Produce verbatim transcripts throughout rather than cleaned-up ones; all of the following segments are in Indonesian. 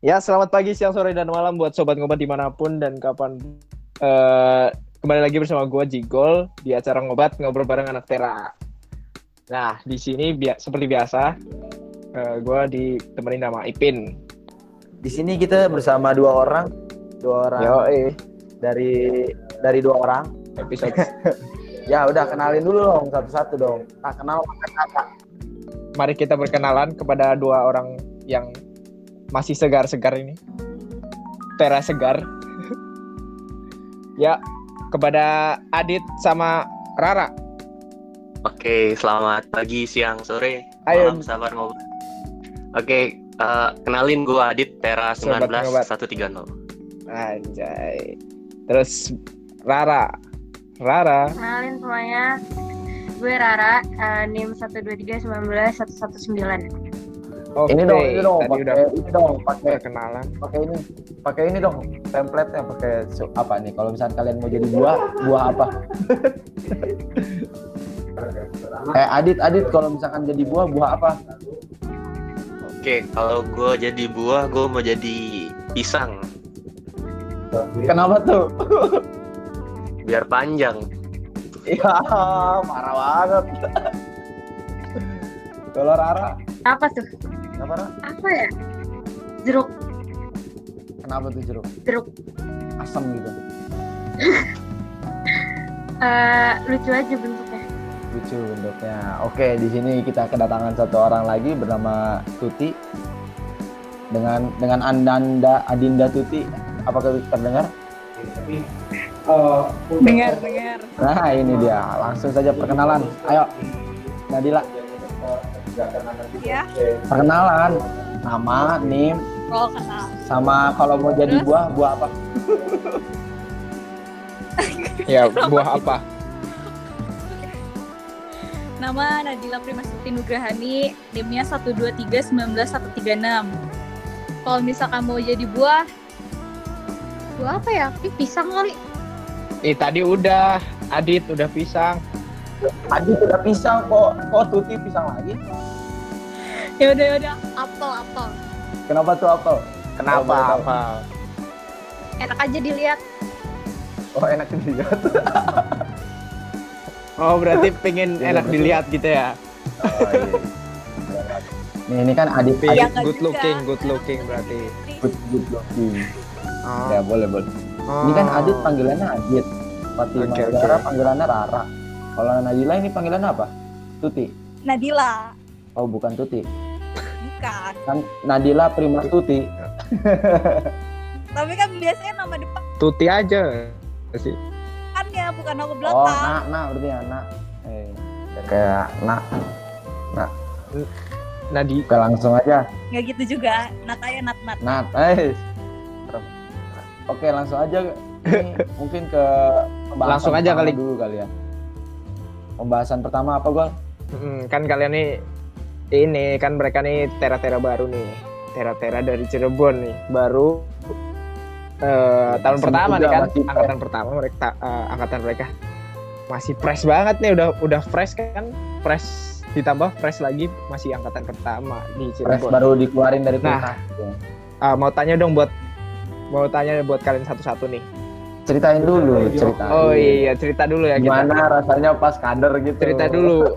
Ya, selamat pagi, siang, sore, dan malam buat sobat ngobat dimanapun dan kapan. Eh, kembali lagi bersama gue Jigol di acara ngobat ngobrol bareng anak Tera. Nah, di sini bi- seperti biasa, eh, gue ditemenin sama Ipin. Di sini kita bersama dua orang, dua orang Yo, eh, dari dari dua orang. episode. Ya udah kenalin dulu dong satu-satu dong. Tak kenal maka kata. Mari kita berkenalan kepada dua orang yang masih segar-segar ini. Tera segar. Ya, kepada Adit sama Rara. Oke, selamat pagi, siang, sore, Ayo. malam, sahabat ngobrol. Oke, uh, kenalin gue Adit, Tera Sobat sembilan ngobat. belas satu tiga nol. Anjay. Terus Rara. Rara. Kenalin semuanya, gue Rara, uh, NIM satu dua tiga satu satu satu sembilan. Oke, Ini dong, ini dong, tadi pakai udah ini dong, pakai perkenalan. pakai ini, pakai ini dong, template-nya pakai su- apa nih? Kalau misalnya kalian mau jadi buah, buah apa? eh Adit, Adit, kalau misalkan jadi buah, buah apa? Oke, kalau gue jadi buah, gue mau jadi pisang, Kenapa tuh? biar panjang. Iya, marah banget. Kalau Rara, Apa tuh? kenapa Rara? Apa ya? Jeruk, Kenapa tuh jeruk? jeruk. Asam gitu. Uh, lucu aja bentuknya. Lucu bentuknya. Oke, di sini kita kedatangan satu orang lagi bernama Tuti. Dengan dengan Andanda Adinda Tuti. Apakah terdengar? Dengar, dengar. Nah, ini dia. Langsung saja perkenalan. Ayo, Nadila. Ya, Perkenalan. Nama, nim, kalau kenal. sama kalau mau jadi Terus? buah, buah apa? Ya, buah apa? Nama Nadila Primasuti Nugrahani, NIM-nya satu dua tiga satu sembilan satu tiga enam. Kalau misalkan mau jadi buah, Buah apa ya? Ini pisang kali. Eh, tadi udah. Adit udah pisang. Adit udah pisang kok. Kok Tuti pisang lagi? ya udah ya udah, apel apel. Kenapa tuh apel? Kenapa? Kalau boleh tahu. Apa? Enak aja dilihat. Oh, enak dilihat. Oh, berarti pengen Iya, enak betul. dilihat gitu ya. Oh, iya. Nih, ini kan Adit, Tapi Ya, Adit nggak good juga. looking, good looking berarti. good, good looking. Oh. Ya, boleh, boleh. Ini kan Adit panggilannya Adit. Fatimah Oke, oke. Zahra panggilannya Rara. Kalau Nadila ini panggilannya apa? Tuti. Nadila, Oh, bukan Tuti. bukan. Kan Nadila Prima Tuti. Tapi kan biasanya nama depan Tuti aja sih. ya, bukan nama Oh, belakang. nak, nak berarti ya, nak. Eh, ya kayak nak. Nadi. Oke, langsung aja. Nggak gitu juga. Nat aja nat nat. Nat, eh. Oke, langsung aja. Ini mungkin ke pembahasan Langsung aja pertama kali. dulu kali ya. Pembahasan pertama apa, Gol? Hmm, kan kalian nih ini kan mereka nih tera-tera baru nih. Tera-tera dari Cirebon nih, baru eh, tahun Masih pertama muda, nih kan, masih fresh. angkatan pertama mereka eh, angkatan mereka masih fresh banget nih, udah udah fresh kan, fresh ditambah fresh lagi masih angkatan pertama di Fresh Cirebon. baru dikeluarin dari Nah. kulkas. gitu. Ah, mau tanya dong buat mau tanya buat kalian satu-satu nih. Ceritain dulu, ceritain. Oh iya, cerita dulu ya kita. Gimana rasanya pas kader gitu? Cerita dulu.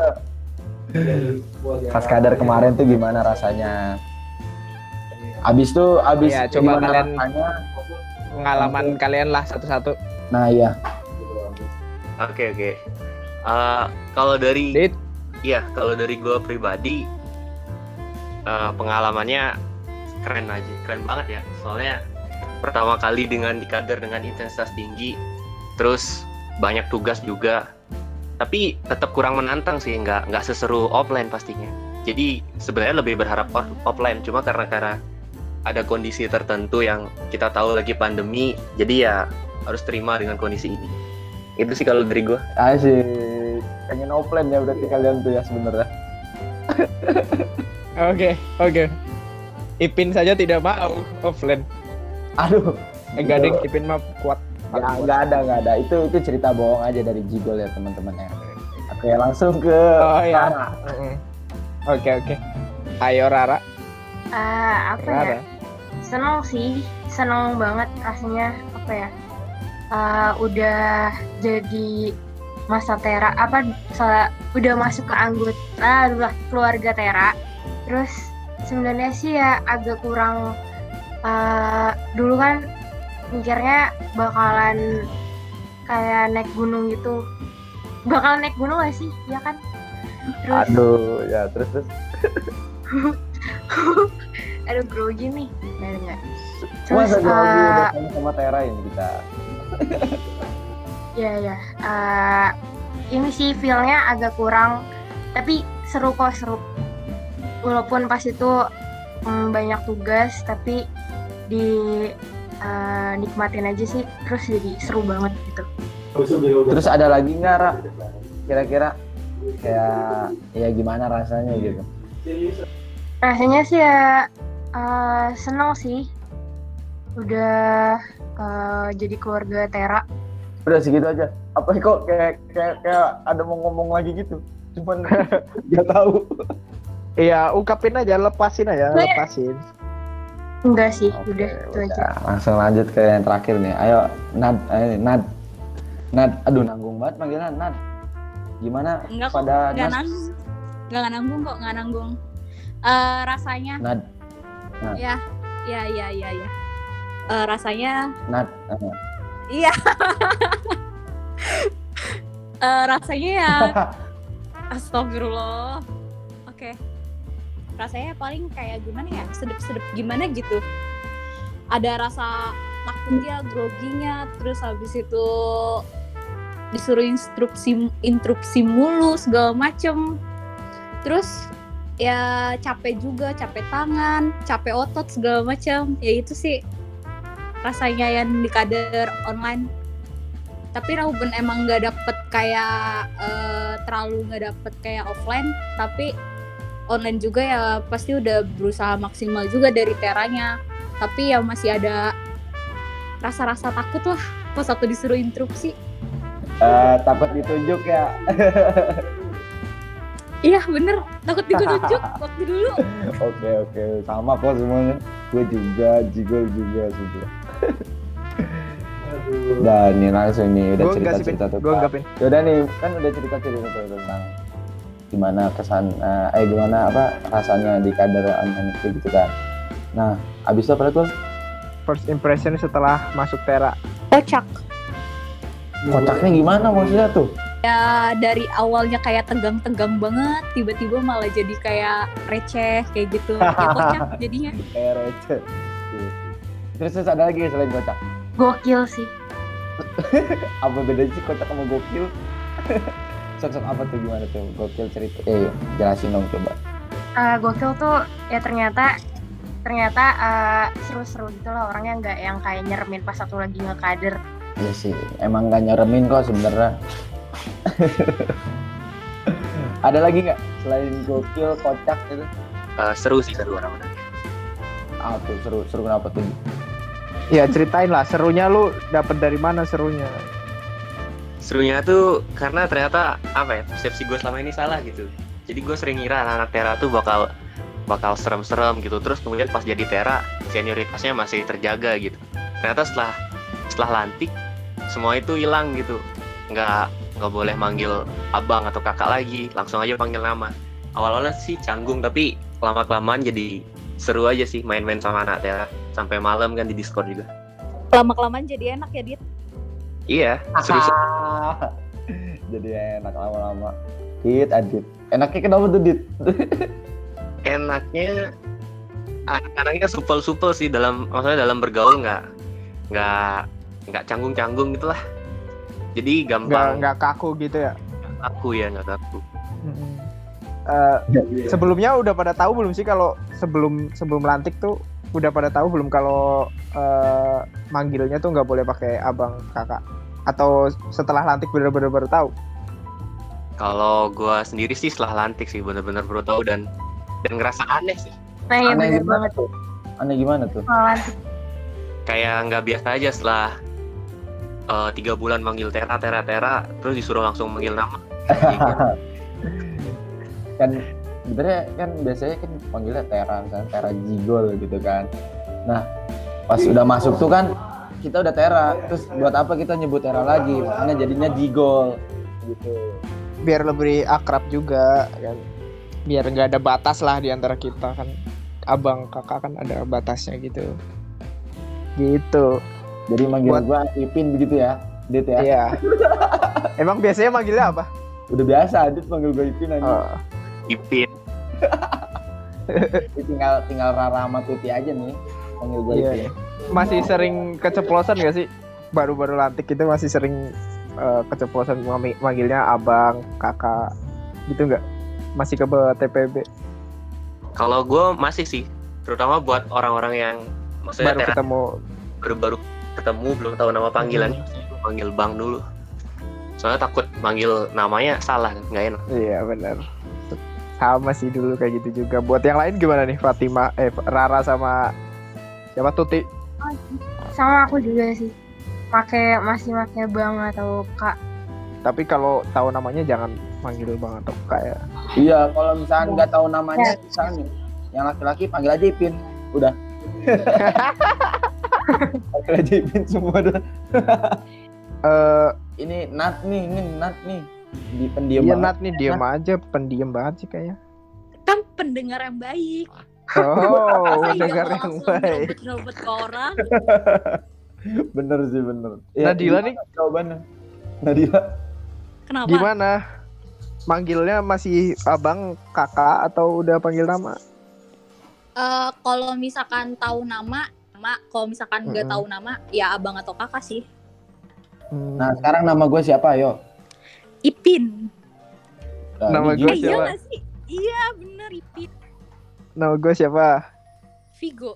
Pas kader kemarin tuh gimana rasanya? Abis tuh, abis Iya, coba gimana kalian- rasanya? Pengalaman kalian lah satu-satu. Nah iya, Oke, oke. Uh, kalau dari, Dit, iya, kalau dari gue pribadi, uh, pengalamannya keren aja, keren banget ya. Soalnya pertama kali dengan di kader dengan intensitas tinggi, terus banyak tugas juga. Tapi tetap kurang menantang sih, nggak nggak seseru offline pastinya. Jadi sebenarnya lebih berharap off- offline, cuma karena karena ada kondisi tertentu yang kita tahu lagi pandemi, jadi ya harus terima dengan kondisi ini. Itu sih kalau dari gue. asik. Pengen offline ya berarti kalian tuh ya sebenarnya. oke, oke. Ipin saja tidak mau offline. Aduh, Enggak deh, Ipin mah kuat. nggak nggak ada nggak ada. Itu itu cerita bohong aja dari Jigol ya teman-teman ya. Oke, langsung ke Oh iya. Rara. Mm-mm. Oke, oke. Ayo Rara. Ah, apa ya? Rara. seneng sih, seneng banget rasanya apa ya? Uh, udah jadi masa Tera apa salah, udah masuk ke anggota uh, keluarga Tera. Terus sebenarnya sih ya agak kurang uh, dulu kan mikirnya bakalan kayak naik gunung gitu. Bakalan naik gunung gak sih? Ya kan? Terus Aduh, ya terus terus. aduh grogi nih. Enggak enggak. Masa Terus, grogi uh, udah sama sama Tera ini kita. Ya ya, uh, ini sih feel-nya agak kurang, tapi seru kok seru. Walaupun pas itu mm, banyak tugas, tapi di uh, nikmatin aja sih, terus jadi seru banget gitu. Terus ada lagi nggak, Ra? Kira-kira kayak ya gimana rasanya gitu? Rasanya sih ya uh, seneng sih, udah uh, jadi keluarga Tera. Udah segitu aja. Apa kok kayak kayak kayak ada mau ngomong lagi gitu? Cuman nggak tahu. Iya, ungkapin aja, lepasin aja, Gue- lepasin. Enggak sih, Oke, udah itu aja. udah. Langsung lanjut ke yang terakhir nih. Ayo, Nad, eh, Nad, Nad. Aduh, nanggung banget panggilan Nad. Gimana Enggak kok, pada nggak Nas? nanggung. Nggak nggak nanggung kok, nggak nanggung. Eh, rasanya, Nad, ya, ya, ya, ya, ya. Eh, rasanya, Nad. eh. iya. Eh, rasanya ya, astagfirullah. Oke. Rasanya paling kayak gimana ya? Sedep-sedep gimana gitu. Ada rasa takutnya, groginya, terus habis itu disuruh instruksi instruksi mulu segala macem. Terus ya capek juga, capek tangan, capek otot segala macam. Ya itu sih rasanya yang di kader online. Tapi Rauben emang nggak dapet kayak eh, terlalu nggak dapet kayak offline, tapi online juga ya pasti udah berusaha maksimal juga dari Teranya. Tapi ya masih ada rasa-rasa takut lah pas aku disuruh instruksi. Eh, takut ditunjuk ya. Iya bener, takut ditunjuk waktu dulu. Oke oke, sama kok semuanya. Gue juga, Jigol juga sudah. Dan nih langsung nih udah Gue cerita enggak sih, cerita tuh. gue enggapin. Yaudah nih kan udah cerita cerita tuh tentang gimana kesan eh, eh gimana apa rasanya di kader online itu gitu kan. Nah abis itu apa tuh? First impression setelah masuk Tera. Kocak. Kocaknya gimana maksudnya tuh? Ya dari awalnya kayak tegang-tegang banget, tiba-tiba malah jadi kayak receh kayak gitu. Ya kocak jadinya. Kayak receh. Terus terus ada lagi selain kocak? Gokil sih. Apa bedanya sih kocak sama gokil? Sok-sok apa tuh gimana tuh? Gokil cerita. Eh jelasin dong coba. Uh, gokil tuh ya ternyata ternyata uh, seru-seru gitu loh, orangnya nggak yang kayak nyeremin pas aku lagi ngekader. Iya sih, emang gak nyeremin kok sebenarnya. Ada lagi nggak selain gokil, kocak gitu? Eh, seru sih, seru orang-orang. Ah tuh seru, seru kenapa tuh? Ya ceritain lah, serunya lu dapet dari mana serunya? Serunya tuh karena ternyata apa ya, persepsi gue selama ini salah gitu. Jadi gue sering ngira anak-anak Tera tuh bakal bakal serem-serem gitu. Terus kemudian pas jadi Tera, senioritasnya masih terjaga gitu. Ternyata setelah setelah lantik, semua itu hilang gitu. Nggak nggak boleh manggil abang atau kakak lagi, langsung aja panggil nama. Awal-awalnya sih canggung, tapi lama-kelamaan jadi seru aja sih main-main sama anak Tera. Sampai malam kan di Discord juga. Lama-kelamaan jadi enak ya, Dit. Iya, seru-seru. Jadi enak lama-lama. Dit, adit. Enaknya kenapa tuh Dit? Enaknya anak-anaknya supel-supel sih, dalam maksudnya dalam bergaul nggak nggak nggak canggung-canggung gitulah. Jadi Nggak gampang. nggak kaku gitu ya? Aku ya nggak kaku. Mm-mm. Eh, sebelumnya udah pada tahu belum sih kalau sebelum sebelum lantik tuh udah pada tahu belum kalau eh, manggilnya tuh nggak boleh pakai abang kakak, atau setelah lantik bener-bener baru tahu? Kalau gua sendiri sih setelah lantik sih benar-benar baru tahu dan dan ngerasa aneh sih. Nah ya Aneh bener gimana banget. tuh? Aneh gimana tuh? Malah Kayak nggak biasa aja setelah eh, tiga bulan manggil Tera Tera Tera terus disuruh langsung manggil nama. Kan sebenarnya kan biasanya kan panggilnya Tera, misalnya Tera Jigol gitu kan. Nah, pas udah masuk tuh kan kita udah Tera. Terus buat apa kita nyebut Tera lagi? Makanya jadinya Jigol gitu. Biar lebih akrab juga kan. Biar nggak ada batas lah di antara kita kan. Abang kakak kan ada batasnya gitu. Gitu. Jadi manggil Buat- gua Ipin begitu ya, Dit ya. Iya. Emang biasanya manggilnya apa? Udah biasa Dit manggil gua Ipin aja. Oh, Ipin. tinggal tinggal Rara sama Tuti aja nih panggil gua iya. Ipin. Masih sering keceplosan gak sih? Baru-baru lantik itu masih sering uh, keceplosan mami- manggilnya abang, kakak, gitu nggak? Masih ke T P B? Kalau gue masih sih, terutama buat orang-orang yang maksudnya Baru Tera ketemu. baru-baru ketemu belum tahu nama panggilannya, panggil bang dulu. Soalnya takut manggil namanya salah, nggak enak. Iya benar. Sama sih dulu kayak gitu juga. Buat yang lain gimana nih? Fatima, eh Rara sama siapa Tuti? Sama aku juga sih. Pakai masih pakai bang atau kak. Tapi kalau tahu namanya jangan manggil bang atau kak ya. Iya, kalau misalnya nggak tahu namanya misalnya yang laki-laki panggil aja Ipin. Udah. Panggil aja Ipin semua dah. Eh, Ini Nat nih, ini Nat nih. Di pendiam iya banget. Nat nih diam aja, pendiam banget sih kayaknya. Kan pendengar yang baik. Oh, Masa iya dengar mau yang langsung baik. nyobot-nyobot ke orang? Bener sih bener. Nadila nih jawabannya. Nadila. Kenapa? gimana? Manggilnya masih abang, kakak atau udah panggil nama? Eh, kalau misalkan tahu nama, nama. Kalau misalkan nggak Mm-mm. tahu nama, ya abang atau kakak sih. Hmm. Nah, sekarang nama gue siapa, ayo? Ipin. Nah, Nama ini gue Eh, iya siapa? nggak sih? Iya bener Ipin. Nama gue siapa? Vigo.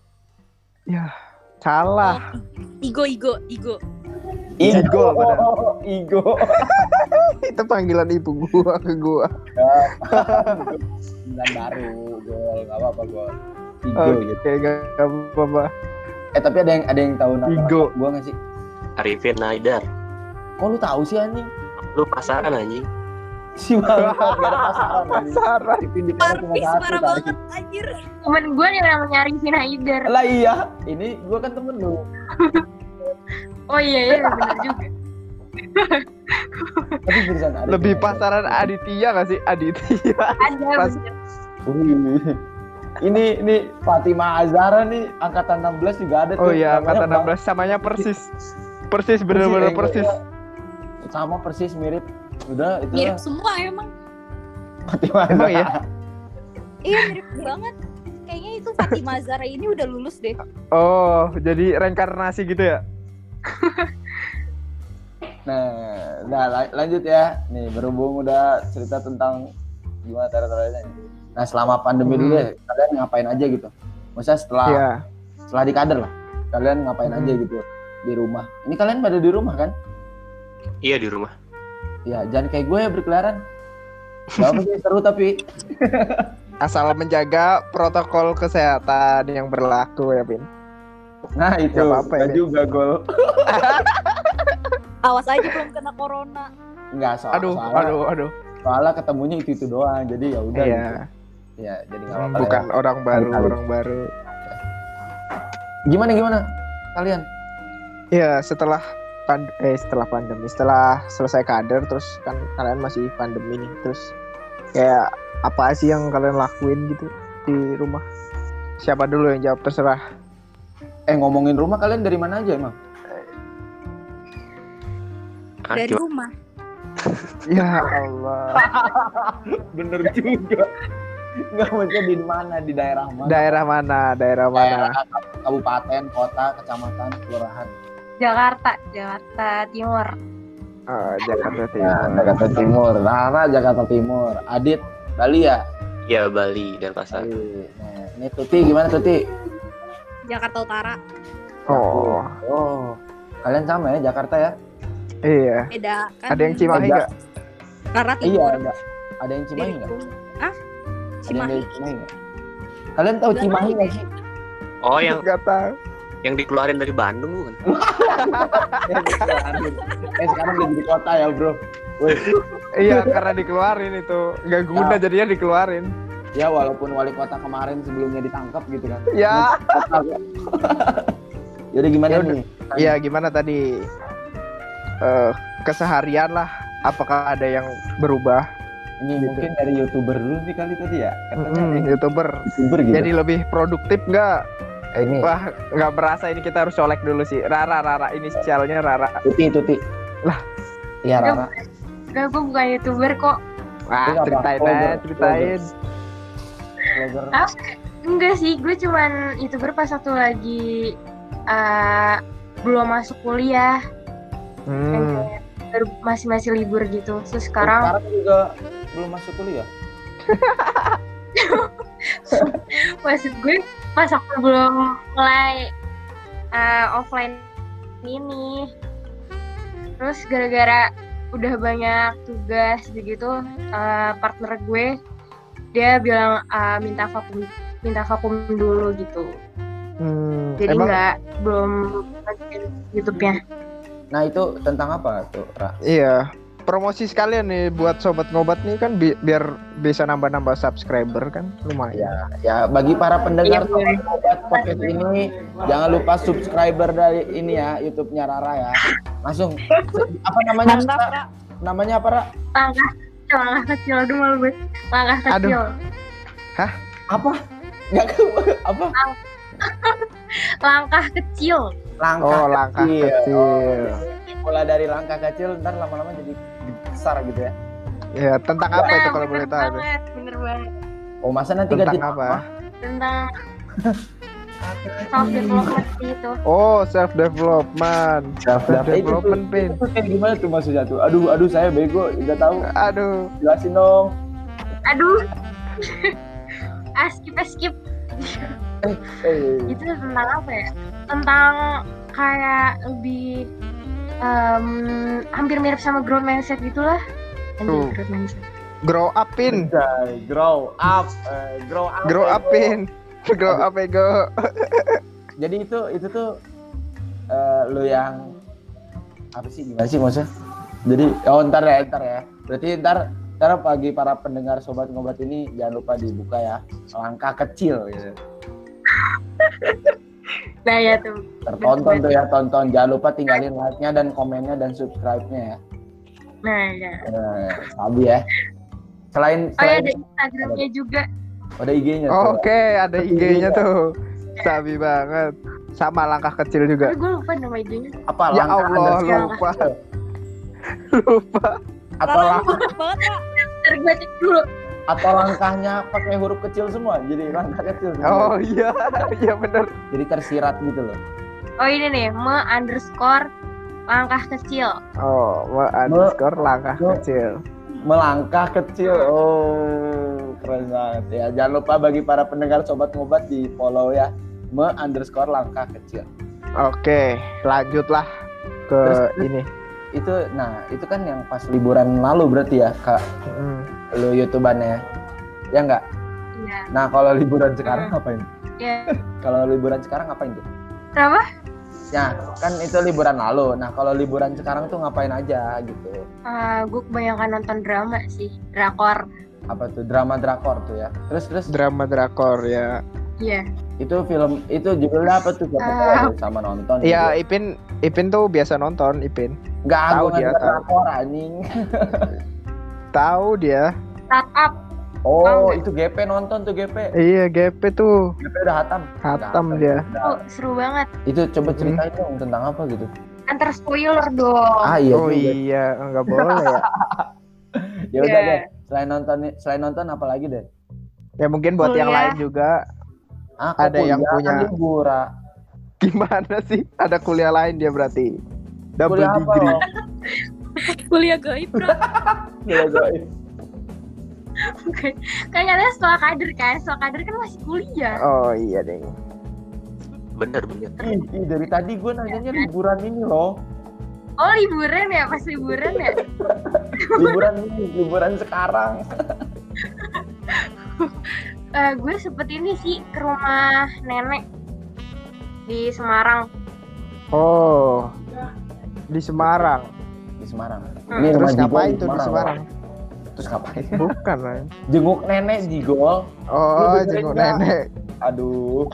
Salah. Oh, Igo, Igo, Igo. Igo, padahal. Oh, Igo. Itu panggilan ibu gua ke gua. Bulan baru, gol, nggak apa-apa gol. Igo Oke, gitu. gak apa-apa. Eh tapi ada yang ada yang tahu nama Igo. gue nggak sih? Arifin Naidar, Kok lu tahu sih anjing? lu pasaran anjing. Si bangsat gak ada pasaran anjing. Sarah. Ipin di Tera cuma Parvis satu, parah tai. banget anjir. Temen gue nih yang namanya Arifin Haidar. Lah iya, ini gue kan temen lu. Oh iya iya benar juga. Tapi beneran ada. Lebih pasaran Aditya gak sih? Aditya. Ada Pas- bener. Wih. Ini ini Fatima Azara nih angkatan enam belas juga ada tuh. Oh iya, Namanya angkatan enam Bang- belas samanya persis. Persis bener-bener eh, persis. Sama persis mirip. Udah itu Mirip lah. semua emang. Fatima Azara. Emang ya? Iya mirip banget. Kayaknya itu Fatima Zara ini udah lulus deh. Oh, jadi reinkarnasi gitu ya? Nah, nah la- lanjut ya. Nih berhubung udah cerita tentang gimana cara-caranya. Nah selama pandemi Hmm. dulu ya, kalian ngapain aja gitu? Maksudnya setelah Iya. setelah di kader lah, kalian ngapain Hmm. aja gitu di rumah? Ini kalian pada di rumah kan? Iya di rumah. Ya jangan kayak gue ya berkeliaran. Gak apa sih seru tapi Asal menjaga protokol kesehatan yang berlaku ya, Pin. nah itu Gak apa-apa nggak ini. juga gol. Awas aja belum kena corona. Nggak soal Aduh, soalnya, aduh, aduh. soalnya ketemunya itu itu doang. Jadi ya udah. Iya. Gitu. Ya jadi nggak apa-apa. Bukan ya. orang baru, Kali-kali. orang baru. Gimana gimana kalian? Ya, setelah pand eh setelah pandemi, setelah selesai kader terus kan kalian masih pandemi nih. Terus kayak apa sih yang kalian lakuin gitu di rumah? Siapa dulu yang jawab, terserah. Eh ngomongin rumah kalian dari mana aja emang? Ah, Dari gimana? rumah. Ya Allah. Bener juga. Nggak maksudnya di mana, di daerah mana? Daerah mana? Daerah mana? Daerah, kabupaten, kota, kecamatan, kelurahan. Jakarta, Jakarta Timur. Oh, Jakarta Ya, Timur. Jakarta Timur. Rara Jakarta Timur. Adit Bali ya? Iya Bali dan Pasar. Nah, ini Tuti gimana Tuti? Jakarta Utara. Oh, Oh, kalian sama ya Jakarta ya? iya. Beda kan. Ada yang Cimahi Beda. nggak? Karena Iya, timur. ada. Ada yang Cimahi nggak? Ah? Ada yang Cimahi. dari Cimahi nggak? Kalian tahu Nggak Cimahi tahu nggak deh. sih? Oh yang Nggak tahu. yang dikeluarin dari Bandung bukan? Ya, dikeluarin. eh sekarang udah jadi kota ya bro. Woi, Iya, karena dikeluarin itu. Nggak guna Nah. jadinya dikeluarin. Ya walaupun wali kota kemarin sebelumnya ditangkap gitu kan. Ya. Jadi gimana Ya udah. nih? Iya, gimana tadi Eh, keseharian lah, apakah ada yang berubah? Ini Gitu. mungkin dari YouTuber dulu sih kali tadi ya. Katanya Mm-mm, ada YouTuber. YouTuber gitu. Jadi lebih produktif nggak? Eh, ini Wah, nggak berasa ini kita harus colek dulu sih. Rara, Rara, inisialnya Rara. Tuti Tuti. Lah. Iya Rara. Enggak, gue bukan YouTuber kok. Wah, Itu apa? ceritain Vlogger, aja, ceritain. Vlogger. Ah, enggak sih, gue cuman YouTuber pas waktu lagi eh, belum masuk kuliah. Yang Hmm. kayak baru masih masih libur gitu. Terus Sekarang, sekarang juga belum masuk kuliah. maksud gue pas aku belum mulai eh, offline ini. Terus gara-gara udah banyak tugas begitu, eh, partner gue dia bilang eh, minta vakum minta vakum dulu gitu. Hmm, Jadi emang nggak belum lanjutin YouTube-nya. Nah itu tentang apa tuh, Ra? iya. Promosi sekalian nih buat sobat ngobat nih kan bi- biar bisa nambah-nambah subscriber kan lumayan. Ya bagi para pendengar Iya, boleh. Sobat podcast ini jangan lupa subscriber dari ini ya YouTube-nya Rara ya. Langsung apa namanya? Mantap, Ra? Ra. Namanya apa, Ra? Langkah kecil, langkah kecil, aduh malu banget. Langkah Aduh. kecil. Apa? Enggak ke apa? Langkah kecil. Langkah Oh, langkah kecil. Oh, mulai dari langkah kecil ntar lama-lama jadi besar gitu ya. Ya, tentang apa itu Nah, kalau boleh bener tahu? banget, bener banget. Oh, masa nanti ganti Tentang apa? Tentang self development itu. Oh, self development. Self development, Pin. Itu kayak gimana tuh maksudnya tuh? Aduh, aduh saya bego, udah tahu. Aduh. Jelasin dong. Aduh. ah, skip, ah, skip. Eh, Itu tentang apa ya? Tentang kayak lebih em, hampir mirip sama growth mindset gitulah. Tuh. Anjir, growth mindset. Grow upin. Anjay, grow up, eh, grow up. Grow ego. upin. Grow up ego. Jadi itu itu tuh eh, lu yang apa sih gimana sih maksudnya? Jadi oh ntar ya ntar ya. Berarti ntar ntar bagi para pendengar sobat ngobat ini jangan lupa dibuka ya langkah kecil gitu. Nah ya tuh. Tertonton tuh ya tonton. Jangan lupa tinggalin like-nya dan komennya dan subscribe-nya ya. Nah ya. Eh, sabi ya. Selain Oh ya, selain ada Instagramnya juga. ada I G-nya tuh. Oke, ada I G-nya tuh. Sabi banget. Sama langkah kecil juga. Tapi gue lupa nama I G-nya. Apa Ya langkah Allah, underscore lupa. kecil? Lupa. Atau Rara langkah banget, banget, Ra. Ntar gue cek dulu. atau langkahnya pakai huruf kecil semua jadi langkah kecil semua. Oh iya, iya benar. Jadi tersirat gitu loh. Oh ini nih, me underscore langkah kecil. Oh, mau underscore langkah Me- kecil. Melangkah kecil. Oh, keren banget ya. Jangan lupa bagi para pendengar sobat ngobat di follow ya. Me underscore langkah kecil. Oke, lanjutlah ke Terus- ini. Itu nah, itu kan yang pas liburan lalu berarti ya, Kak. Hmm. Lu YouTubannya ya. Ya enggak? Iya. Nah, kalau liburan sekarang ngapain? Ya. Kalau liburan sekarang ngapain tuh? Kenapa? Ya, kan itu liburan lalu. Nah, kalau liburan sekarang tuh ngapain aja gitu? Ah, gue kebanyakan nonton drama sih, drakor. Apa tuh drama drakor tuh ya? Terus terus Drama drakor ya. Iya. itu film itu judulnya apa tuh? Siapa Ah. tahu sama nonton? Iya, gitu. Ipin Ipin tuh biasa nonton, Ipin. Nggak tahu aku dia, nggak tahu. drakor anjing. Tahu dia. Startup. Oh, Tahu nggak? itu G P nonton tuh G P. Iya, G P tuh. G P udah hatam. Hatam Nggak dia. Oh, seru banget. Itu coba Hmm. ceritain dong tentang apa gitu. Antar spoiler dong. Ah iya Oh juga. iya, enggak boleh ya. Ya udah Iya. deh. Selain nonton selain nonton apa lagi deh? Ya mungkin buat yang Kuliah. lain juga. Ah, Ada kok yang kuliah punya- kan liburan. Gimana sih? Ada kuliah lain dia berarti. Double Kuliah apa degree. loh? Kuliah gaib, Ra. Kuliah gaib. Kan katanya setelah kader kan, setelah kader kan masih kuliah. Oh iya deh. Bener bener. Ih, ih, dari tadi gue nanyanya liburan ini loh. Oh liburan ya, pas liburan ya. Liburan ini, liburan sekarang. Eh, gue sempet ini sih ke rumah nenek di Semarang. Oh. Di Semarang. Di Semarang. Hmm. Ini rumah Terus Jigo ngapain di tuh di Semarang? Terus ngapain? Bukan lah. Jenguk nenek Jigol. Oh, Lu dengerin jenguk nggak? nenek. Aduh.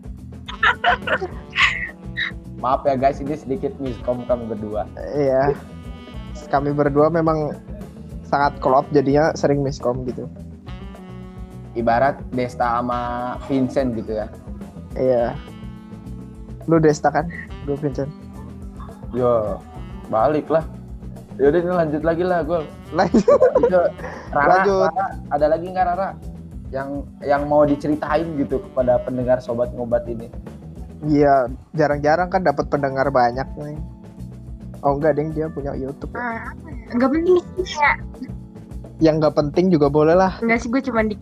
Maaf ya guys, ini sedikit miskom kami berdua. Iya. Kami berdua memang sangat klop, jadinya sering miskom gitu. Ibarat Desta sama Vincent gitu ya. Iya. Lu Desta kan? Gue Vincent. Yo, balik lah. Yaudah ini lanjut lagi lah gue. Lanjut. Itu Rara, Lanjut. Rara, ada lagi nggak Rara? Yang yang mau diceritain gitu kepada pendengar sobat ngobat ini? Iya, jarang-jarang kan dapat pendengar banyak nih. Oh enggak, ding, dia punya YouTube. Ya. Ah, apa ya? Enggak penting sih ya. Yang nggak penting juga boleh lah. Enggak sih, gue cuma di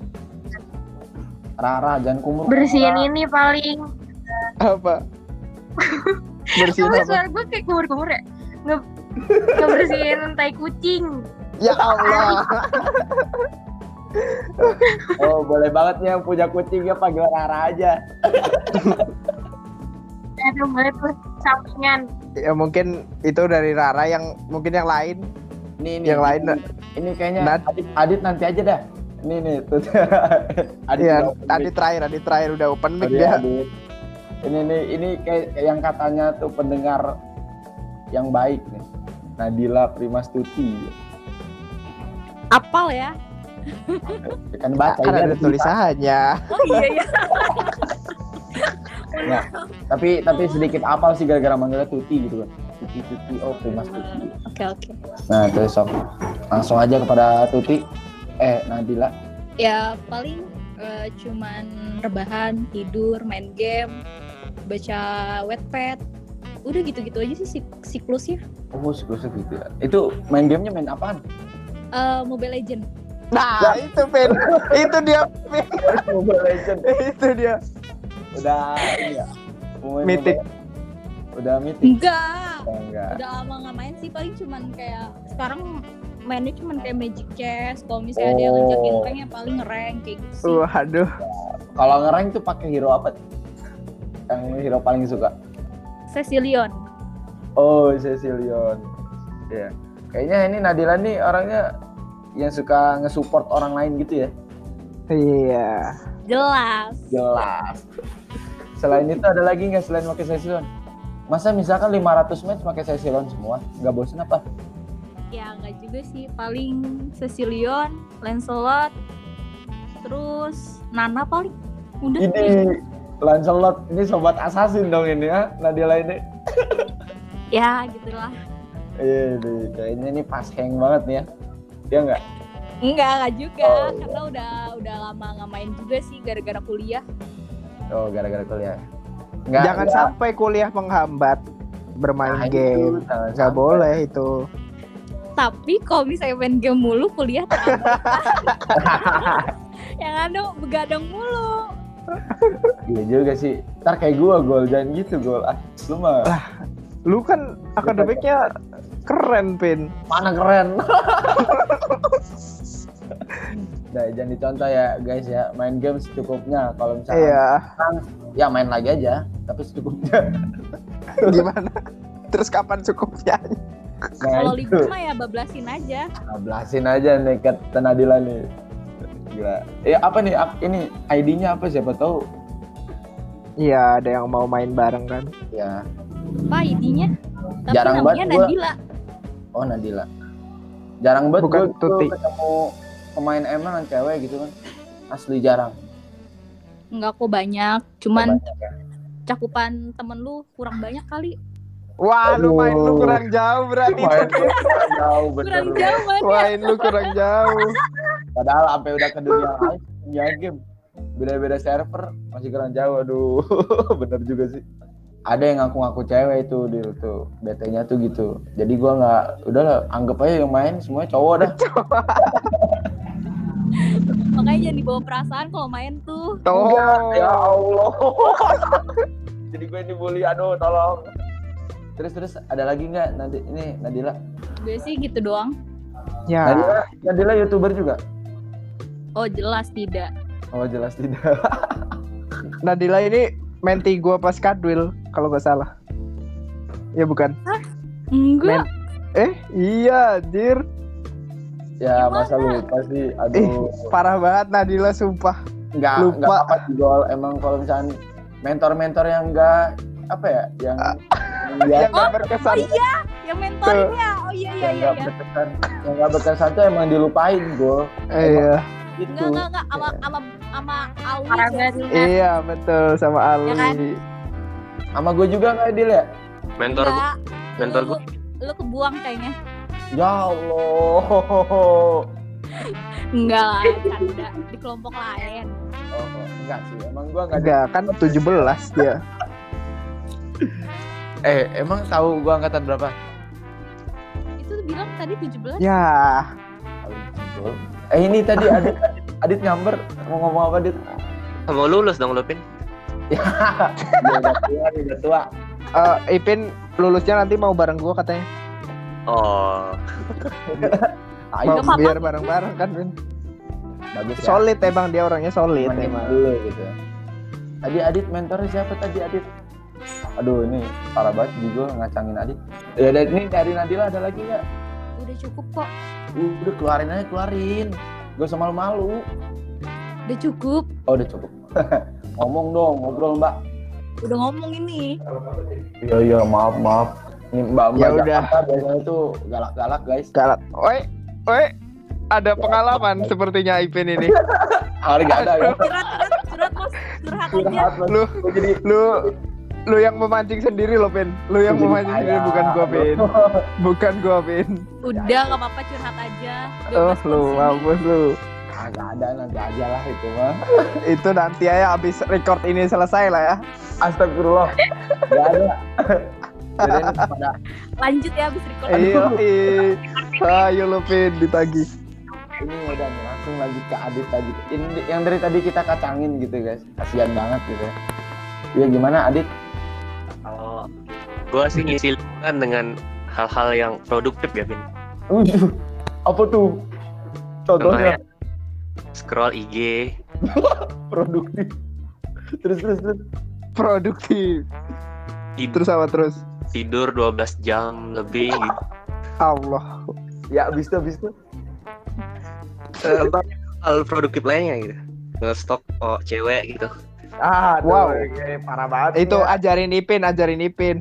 Rara jangan kumur. bersihin ini paling. Apa? Bersihin Kamu apa? suara gue kayak kumur-kumur ya? Nge ngebersihin tai kucing. Ya Allah. Oh boleh banget nih yang punya kucing ya panggil Rara aja. Aduh, boleh tuh sampingan. Ya mungkin itu dari Rara, yang mungkin yang lain. Ini, ini Yang lain, ini, ini kayaknya Nat- Adit, Adit nanti aja dah. Ini nih tuh. Adit Iya, udah open tadi mic. terakhir, tadi terakhir udah open mic Sorry, dia. Adit. Ini nih ini kayak yang katanya tuh pendengar yang baik nih. Nadila Primastuti. Apal ya? Kan baca Kan ini ada tulisannya. Oh iya iya. Nah, tapi tapi sedikit apal sih gara-gara manggilnya Tuti gitu kan. Tuti Tuti oh Primastuti. Oke oke. Nah, terus sok. Langsung aja kepada Tuti. Eh, Nadila. Ya paling eh, cuman rebahan, tidur, main game, baca Wattpad. Udah gitu-gitu aja sih sik- siklusnya. Oh, siklusnya gitu ya. Itu main gamenya main apaan? Eh, Mobile Legend. Nah, itu Pin. Itu dia, Pin. Mobile Legend. Itu dia. Udah ini ya. Main Mythic. Mobile- Udah mythic. Enggak. Oh, enggak. Udah lama nggak main sih, paling cuman kayak sekarang mainnya cuman kayak Magic Chess. Kalau misalnya dia Oh. ngajakin rank ya paling nge-rank kayak gitu sih. Waduh. Kalau ngerank tuh pakai hero apa? Yang hero paling suka? Cecilion. Oh, Cecilion. Iya. Kayaknya ini Nadila nih orangnya yang suka nge-support orang lain gitu ya. Iya. Jelas. Jelas. Selain itu ada lagi nggak selain pakai Cecilion? Masa misalkan lima ratus match pakai Cecilion semua? Nggak bosen apa? Ya nggak juga sih, paling Cecilion, Lancelot, terus Nana paling. Udah. Ini Lancelot, ini sobat assassin dong ini ya, Nadila ini. Ya gitulah. Iya, nih, kayaknya ini pas hang banget nih ya. Iya nggak? Enggak, enggak juga, Oh, iya. karena udah udah lama nggak main juga sih gara-gara kuliah. Oh, gara-gara kuliah. Nggak, Jangan nggak. sampai kuliah menghambat bermain Nah, itu, game. jangan Nggak sampai. boleh itu. Tapi kalau misalnya main game mulu, kuliah terhambat. Yang ada begadang mulu. Iya juga sih. Ntar kayak gua gol, jangan gitu gol. Ah, lu mah Lu kan akademiknya keren, Pin. mana keren. Nah, jangan dicontoh ya guys ya. Main game secukupnya. Kalau misalnya Iya. ya main lagi aja, tapi secukupnya. Gimana? Terus kapan cukupnya? Nah, Kalau itu. libur mah ya bablasin aja. Ablasin aja nih ke Nadila nih. Gila. Eh apa nih? Ap- Ini I D-nya apa siapa tahu? Iya, ada yang mau main bareng kan. Ya. Apa I D-nya? Tapi Jarang namanya banget gua- Nadila. Oh, Nadila. Jarang banget Bukan gue Tuti. ketemu pemain M L yang cewek gitu kan. Asli jarang. Enggak kok banyak, cuman Banyak ya. cakupan temen lu kurang banyak kali. Wah, lu main lu Aduh. kurang jauh berarti. Main kurang jauh bener. Kurang jauh banget. Main lu kurang jauh. Padahal sampai udah ke dunia lain, dunia game. Beda-beda server masih kurang jauh. Aduh, bener juga sih. Ada yang ngaku-ngaku cewek itu di tuh, B T-nya tuh gitu. Jadi gua nggak, udahlah anggap aja yang main semuanya cowok dah. Makanya jangan dibawa perasaan kalau main tuh. Tuh. Ya Allah. Jadi gue dibully, aduh tolong. Terus terus ada lagi nggak nanti ini Nadila? Gue sih gitu doang. Ya. Nadila, Nadila YouTuber juga? Oh jelas tidak. Oh jelas tidak. Nadila ini menti gua pas Kadwil kalau nggak salah. Ya bukan. Enggak. Men- eh, iya, anjir. Ya Gimana? masa lupa sih, Ih, aduh. parah banget Nadila sumpah. Nggak lupa. nggak apa sih gol. Emang kalau misalnya mentor-mentor yang nggak apa ya, yang Yang yang gak berkesan. Oh iya, yang mentoringnya. Oh iya iya yang iya. nggak iya. berkesan, yang nggak berkesan tuh emang dilupain gol. Iya. Gitu. Enggak enggak enggak sama sama sama Alwi Parah ya. banget. Iya betul sama Ali. Ya kan? Sama gue juga nggak Dil ya? Mentor gue, Enggak, mentor lu, gue. lu kebuang kayaknya. Ya Allah. Enggak lah, canda di kelompok lain. Oh, enggak sih, emang gua enggak. Enggak kan tujuh belas dia. Eh, emang tahu gua angkatan berapa? Itu bilang tadi tujuh belas. Ya, Eh, ini tadi Adit Adit, Adit nyamber mau ngomong apa, Dit? Mau lulus dong Lupin. Dia udah tua, dia udah tua. eh Ipin lulusnya nanti mau bareng gua katanya. Oh, Tai, Mau apa-apa. biar bareng-bareng kan, Pin. bagus ya. Solid emang dia orangnya solid Temenin emang. dulu gitu. Tadi Adit mentornya siapa tadi Adit? Aduh, ini parah banget juga ngacangin Adit. Ya, dan ini dari Nadila ada lagi nggak? Udah cukup kok. Udah keluarin aja, keluarin. Gak usah malu-malu. Udah cukup. Oh, udah cukup. Ngomong dong, ngobrol Mbak. Udah ngomong ini. Iya iya, maaf maaf. Ini Mbak Mbak Ya udah. Jakarta biasanya tuh galak-galak guys. Galak. Oi, oi. Ada pengalaman sepertinya Ipin ini. Hari gak ada ya. Curhat curhat curhat Mas. Curhat aja. Curhat, Mas. Lu Gua jadi lu lu yang memancing sendiri loh, Pin. Lu yang gua jadi memancing sendiri kaya. bukan gua, Pin. Bukan gua, Pin. Udah enggak apa-apa curhat aja. Oh, Bebas lu di sini. mampus lu. Ah, gak ada, nanti aja lah itu mah. Itu nanti aja abis record ini selesai lah ya. Astagfirullah. Gak ada. Jadi ini pada Lanjut ya abis record. Iya, iya. Ayo lu, Pin, ditagih. ini udah nih, langsung lanjut ke Adit tadi. Ini yang dari tadi kita kacangin gitu guys. Kasihan banget gitu. Ya gimana Adit? kalau gue sih ngisi lingkungan dengan hal-hal yang produktif ya, Pin. Uh, apa tuh? Contohnya Contohnya scroll I G, produktif. Terus terus terus. Produktif. tid- Terus apa terus? tidur dua belas jam lebih gitu. Allah. Ya abis itu abis itu. Eh, hal produktif lainnya gitu. Nge-stok oh, cewek gitu. Ah, tuh, Wow. kayak parah banget. Itu nih, ya. ajarin Ipin, ajarin Ipin.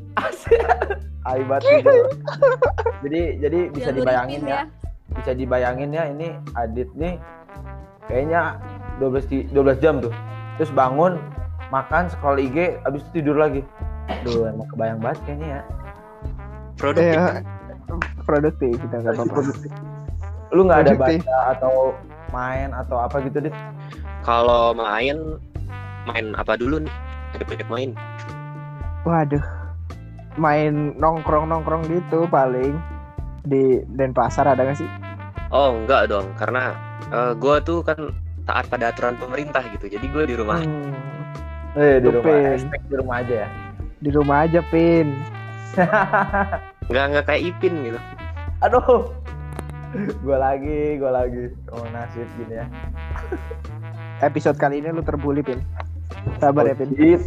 Aibat nih, Bro. Jadi jadi bisa Jalur dibayangin Ipin ya. Bisa dibayangin ya ini Adit nih kayaknya dua belas di- dua belas jam tuh. Terus bangun, makan, scroll I G, abis itu tidur lagi. Duh, emang kebayang banget kayaknya ya. Produktif. Iya. Produktif kita nggak apa-apa. Lu nggak ada Produktif. baca atau main atau apa gitu, Dit? Kalau main main apa dulu nih? Deket main. Waduh. Main nongkrong-nongkrong gitu paling di Denpasar ada nggak sih? Oh, enggak dong, karena gue tuh kan taat pada aturan pemerintah gitu. Jadi gue di rumah. Hmm, Eh, di Tuh, rumah, Pin. hashtag di rumah aja ya. di rumah aja, Pin. Nggak nggak kayak Ipin gitu. Aduh. Gue lagi, gue lagi. Oh, nasib gini ya. Episode kali ini lu terbully, Pin. Sabar ya, Pin. Dit.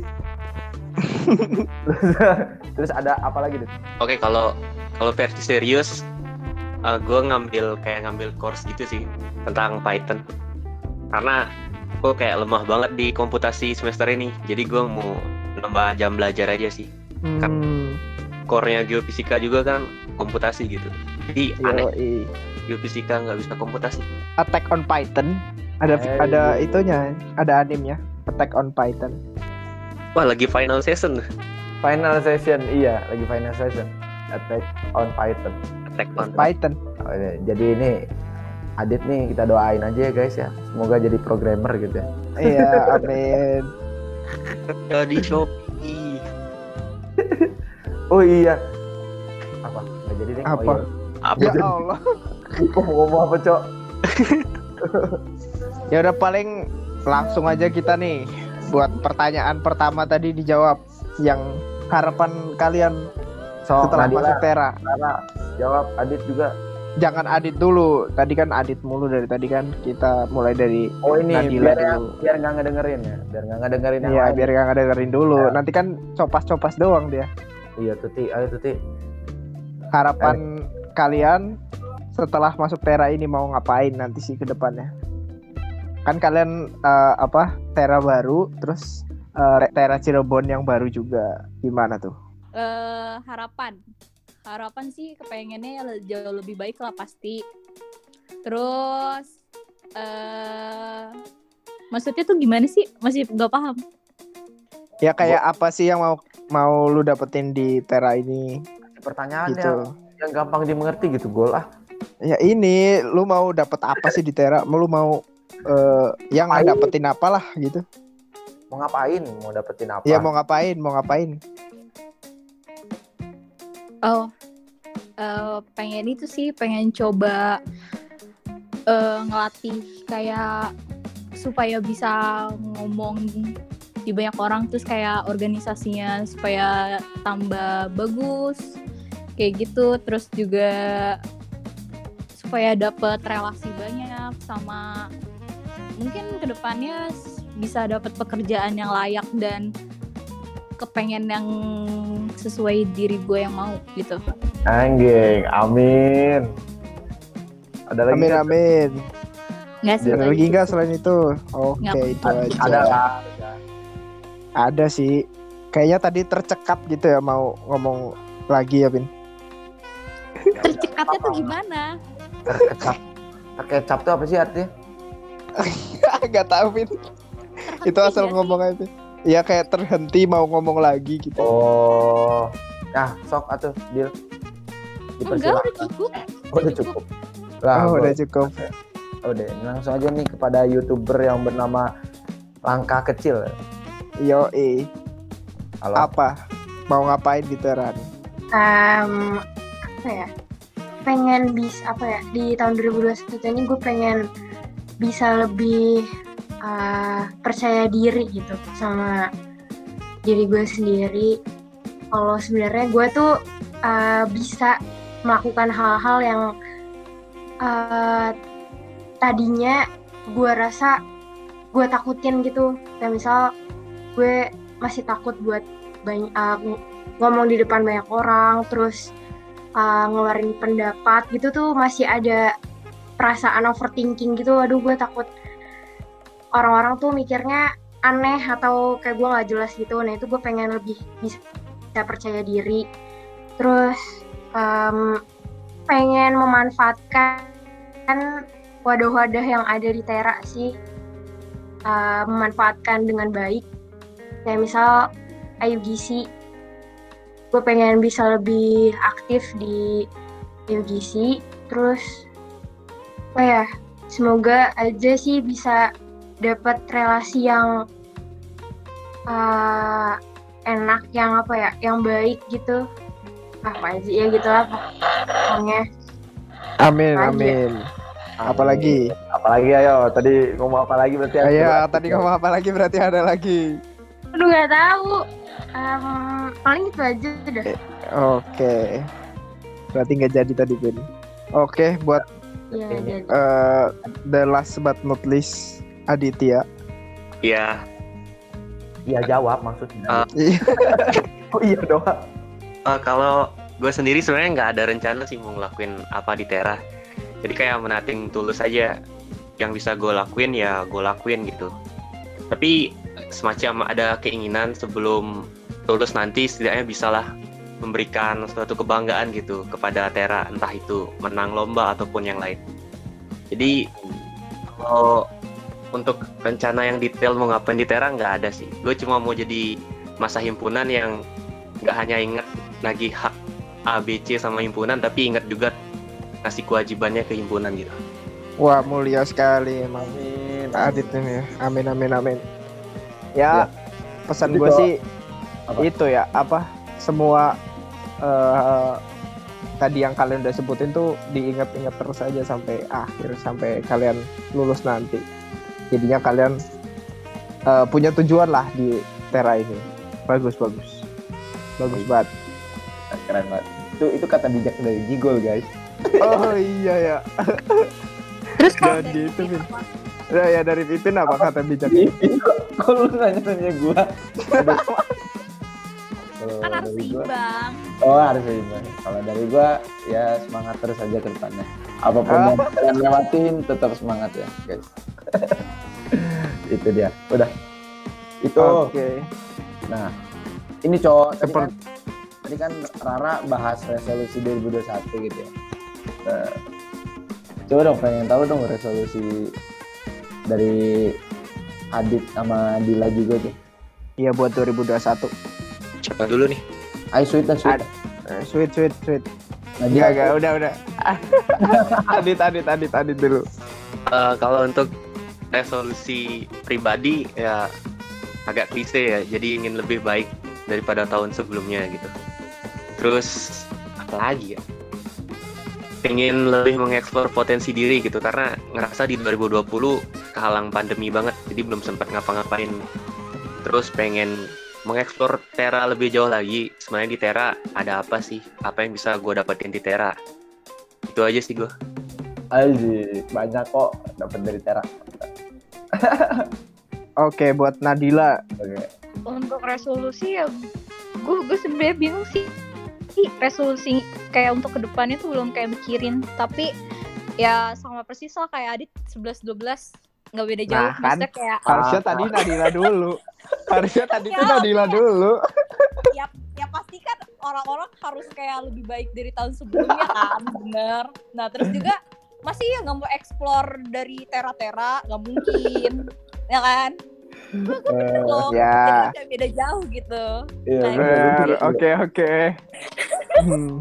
Terus ada apa lagi, Dit? Oke, kalau kalau versi serius, gue ngambil kayak ngambil course gitu sih tentang Python. Karena gue kayak lemah banget di komputasi semester ini. Jadi gue mau nambah jam belajar aja sih. Hmm, Core-nya geofisika juga kan komputasi gitu. Jadi aneh, yoi. geofisika nggak bisa komputasi. Attack on Python. Ada Eh, ada iya. itunya, ada animnya. Attack on Python. Wah, lagi final season. Final session, iya, lagi final session. Attack on Python. Attack on Python. Oh, iya. Jadi ini Adit nih kita doain aja ya guys ya. Semoga jadi programmer gitu ya. Iya, amin. Jadi Shopee. Oh iya. Apa? Nggak jadi deh. Apa? Oh, iya. Apa? Ya Allah. Oh, mau ngomong apa, Cok? Ya udah paling langsung aja kita nih buat pertanyaan pertama tadi dijawab yang harapan kalian So, setelah Nadila, masuk Tera. Nara, jawab Adit juga. Jangan Adit dulu. Tadi kan Adit mulu dari tadi kan. Kita mulai dari Oh ini Nadila biar yang, dulu. biar nggak ngedengerin ya, biar nggak ngedengerin yang Iya, lain. biar gak dengerin dulu. Ya. Nanti kan copas-copas doang dia. Iya Tuti, ayo Tuti. Harapan kalian setelah masuk Tera ini mau ngapain nanti sih ke depannya? Kan kalian uh, apa Tera baru, terus uh, Tera Cirebon yang baru juga, gimana tuh? Uh, harapan, harapan sih kepengennya jauh lebih baik lah pasti. Terus, uh, maksudnya tuh gimana sih? Masih nggak paham. Ya kayak apa sih yang mau mau lu dapetin di Tera ini? Pertanyaan gitu. yang, yang gampang dimengerti gitu, Gol ah. Ya ini, lu mau dapet apa sih di Tera? Lu mau uh, yang Ngapain? dapetin apalah gitu? Mau ngapain? Mau dapetin apa? Ya mau ngapain? Mau ngapain? Oh, uh, pengen itu sih, pengen coba uh, ngelatih kayak supaya bisa ngomong di banyak orang, terus kayak organisasinya supaya tambah bagus kayak gitu, terus juga supaya dapet relasi banyak sama mungkin kedepannya bisa dapet pekerjaan yang layak dan kepengen yang sesuai diri gue yang mau gitu. Anjing, amin. Ada lagi? Amin nggak? amin. Nggak sih. Ada lagi nggak selain itu? Oke, Nggak. itu aja. Ada lah. Ada sih. Kayaknya tadi tercekat gitu ya, mau ngomong lagi ya, Bin. Tercekatnya tuh gimana? Terkecap. Terkecap tuh apa sih artinya? Gak tahu, Bin. Itu asal Iya ngomong aja. Ya kayak terhenti mau ngomong lagi gitu. Oh. Nah, sok atuh, Dil. Enggak, udah cukup. Oh, udah cukup. Lah, Oh, Gol. udah cukup. Udah, langsung aja nih kepada YouTuber yang bernama Langkah Kecil. Yo, eh. Halo. Apa? Mau ngapain di Tera? Um, apa ya? Pengen bisa apa ya? Di tahun dua ribu dua puluh satu ini gue pengen bisa lebih uh, percaya diri gitu sama diri gue sendiri. Kalau sebenarnya gue tuh uh, bisa melakukan hal-hal yang uh, tadinya gue rasa gue takutin gitu. Kayak misal gue masih takut buat banyak uh, ngomong di depan banyak orang, terus uh, ngeluarin pendapat gitu tuh masih ada perasaan overthinking gitu. Aduh, gue takut orang-orang tuh mikirnya aneh atau kayak gue nggak jelas gitu. Nah itu gue pengen lebih bisa percaya diri. Terus um, pengen memanfaatkan wadah-wadah yang ada di Tera sih, uh, memanfaatkan dengan baik. Kayak misal I U G C, gue pengen bisa lebih aktif di I U G C. Terus apa ya, semoga aja sih bisa dapat relasi yang uh, enak, yang apa ya, yang baik gitu. Apa sih ya gitulah pokoknya. Amin, Aja. amin. Apalagi? Apalagi ayo, tadi ngomong apa lagi berarti? Ayo, tadi ngomong apa lagi berarti ada lagi. Aduh nggak tahu. Um, paling itu aja udah. Oke. Berarti nggak jadi tadi, Bin. Oke, buat Ya, jadi. uh, the last but not least, Aditya. Ya, Iya jawab maksudnya. Uh, Oh iya doang. uh, kalau gue sendiri sebenarnya nggak ada rencana sih mau ngelakuin apa di Tera. Jadi kayak menating tulus aja. Yang bisa gue lakuin ya gue lakuin gitu. Tapi semacam ada keinginan sebelum lulus nanti setidaknya bisalah memberikan suatu kebanggaan gitu kepada Tera, entah itu menang lomba ataupun yang lain. Jadi kalau untuk rencana yang detail mau ngapain di Tera nggak ada sih. Gue cuma mau jadi masa himpunan yang nggak hanya ingat nagih hak A, B, C sama himpunan, tapi ingat juga ngasih kewajibannya ke himpunan gitu. Wah, mulia sekali emang Amin. Adit ini. Amin, amin, amin. Ya, Ya. pesan Jadi gue kalau- sih apa? itu ya, apa semua uh, tadi yang kalian udah sebutin tuh diingat-ingat terus aja sampai akhir, sampai kalian lulus nanti. Jadinya kalian uh, punya tujuan lah di Tera ini. Bagus, bagus. Bagus banget. Keren banget. Itu itu kata bijak dari Jigol, guys. Oh iya ya. Terus Jangan kalau dari gitu, Pipin Bin. apa? Ya, ya dari Pipin apa kata bijaknya? Kok lu nanya-nanya gua? Kalau Kan harus dari gua- seimbang. Oh harus seimbang. Kalau dari gua ya semangat terus aja ke depannya. Apapun yang kalian lewatin tetap semangat ya guys. Itu dia. Udah. Itu. Oke. Nah ini cowok tadi kan, Seperti- tadi kan Rara bahas resolusi dua ribu dua puluh satu gitu ya. Nah, coba dong pengen tahu dong resolusi dari Adit sama Dila juga tuh. Iya buat dua ribu dua puluh satu. Coba dulu nih. Ayo sweet dan sweet. Ad- Eh, sweet sweet sweet. Nah, Enggak dia- enggak udah udah. Adit Adit Adit Adit dulu. Eh, kalau untuk resolusi pribadi ya agak klise ya, jadi ingin lebih baik daripada tahun sebelumnya gitu. Terus apa lagi ya? Pengen lebih mengeksplor potensi diri gitu, karena ngerasa di dua ribu dua puluh kehalang pandemi banget, jadi belum sempat ngapa-ngapain. Terus pengen mengeksplor Tera lebih jauh lagi. Sebenarnya di Tera ada apa sih? Apa yang bisa gue dapetin di Tera? Itu aja sih gue. Aji, banyak kok dapat dari Tera. Oke buat Nadila. Oke. Untuk resolusi ya gue gue sebenarnya bingung sih. Ih, resolusi kayak untuk kedepannya tuh belum kayak mikirin, tapi ya sama persis lah kayak Adit sebelas dua belas nggak beda jauh. Nah, kan. Maksudnya kayak Harusnya Ah. tadi Nadila dulu. Harusnya tadi tuh Ya, Nadila dulu. ya ya pasti kan orang-orang harus kayak lebih baik dari tahun sebelumnya kan, bener. Nah terus juga masih ya nggak mau explore dari Tera-Tera, nggak mungkin, ya kan? Eh, Loh, Ya. jadi nggak beda jauh gitu. Iya, Nah, bener, Bener. bener. Oke oke. Hmm.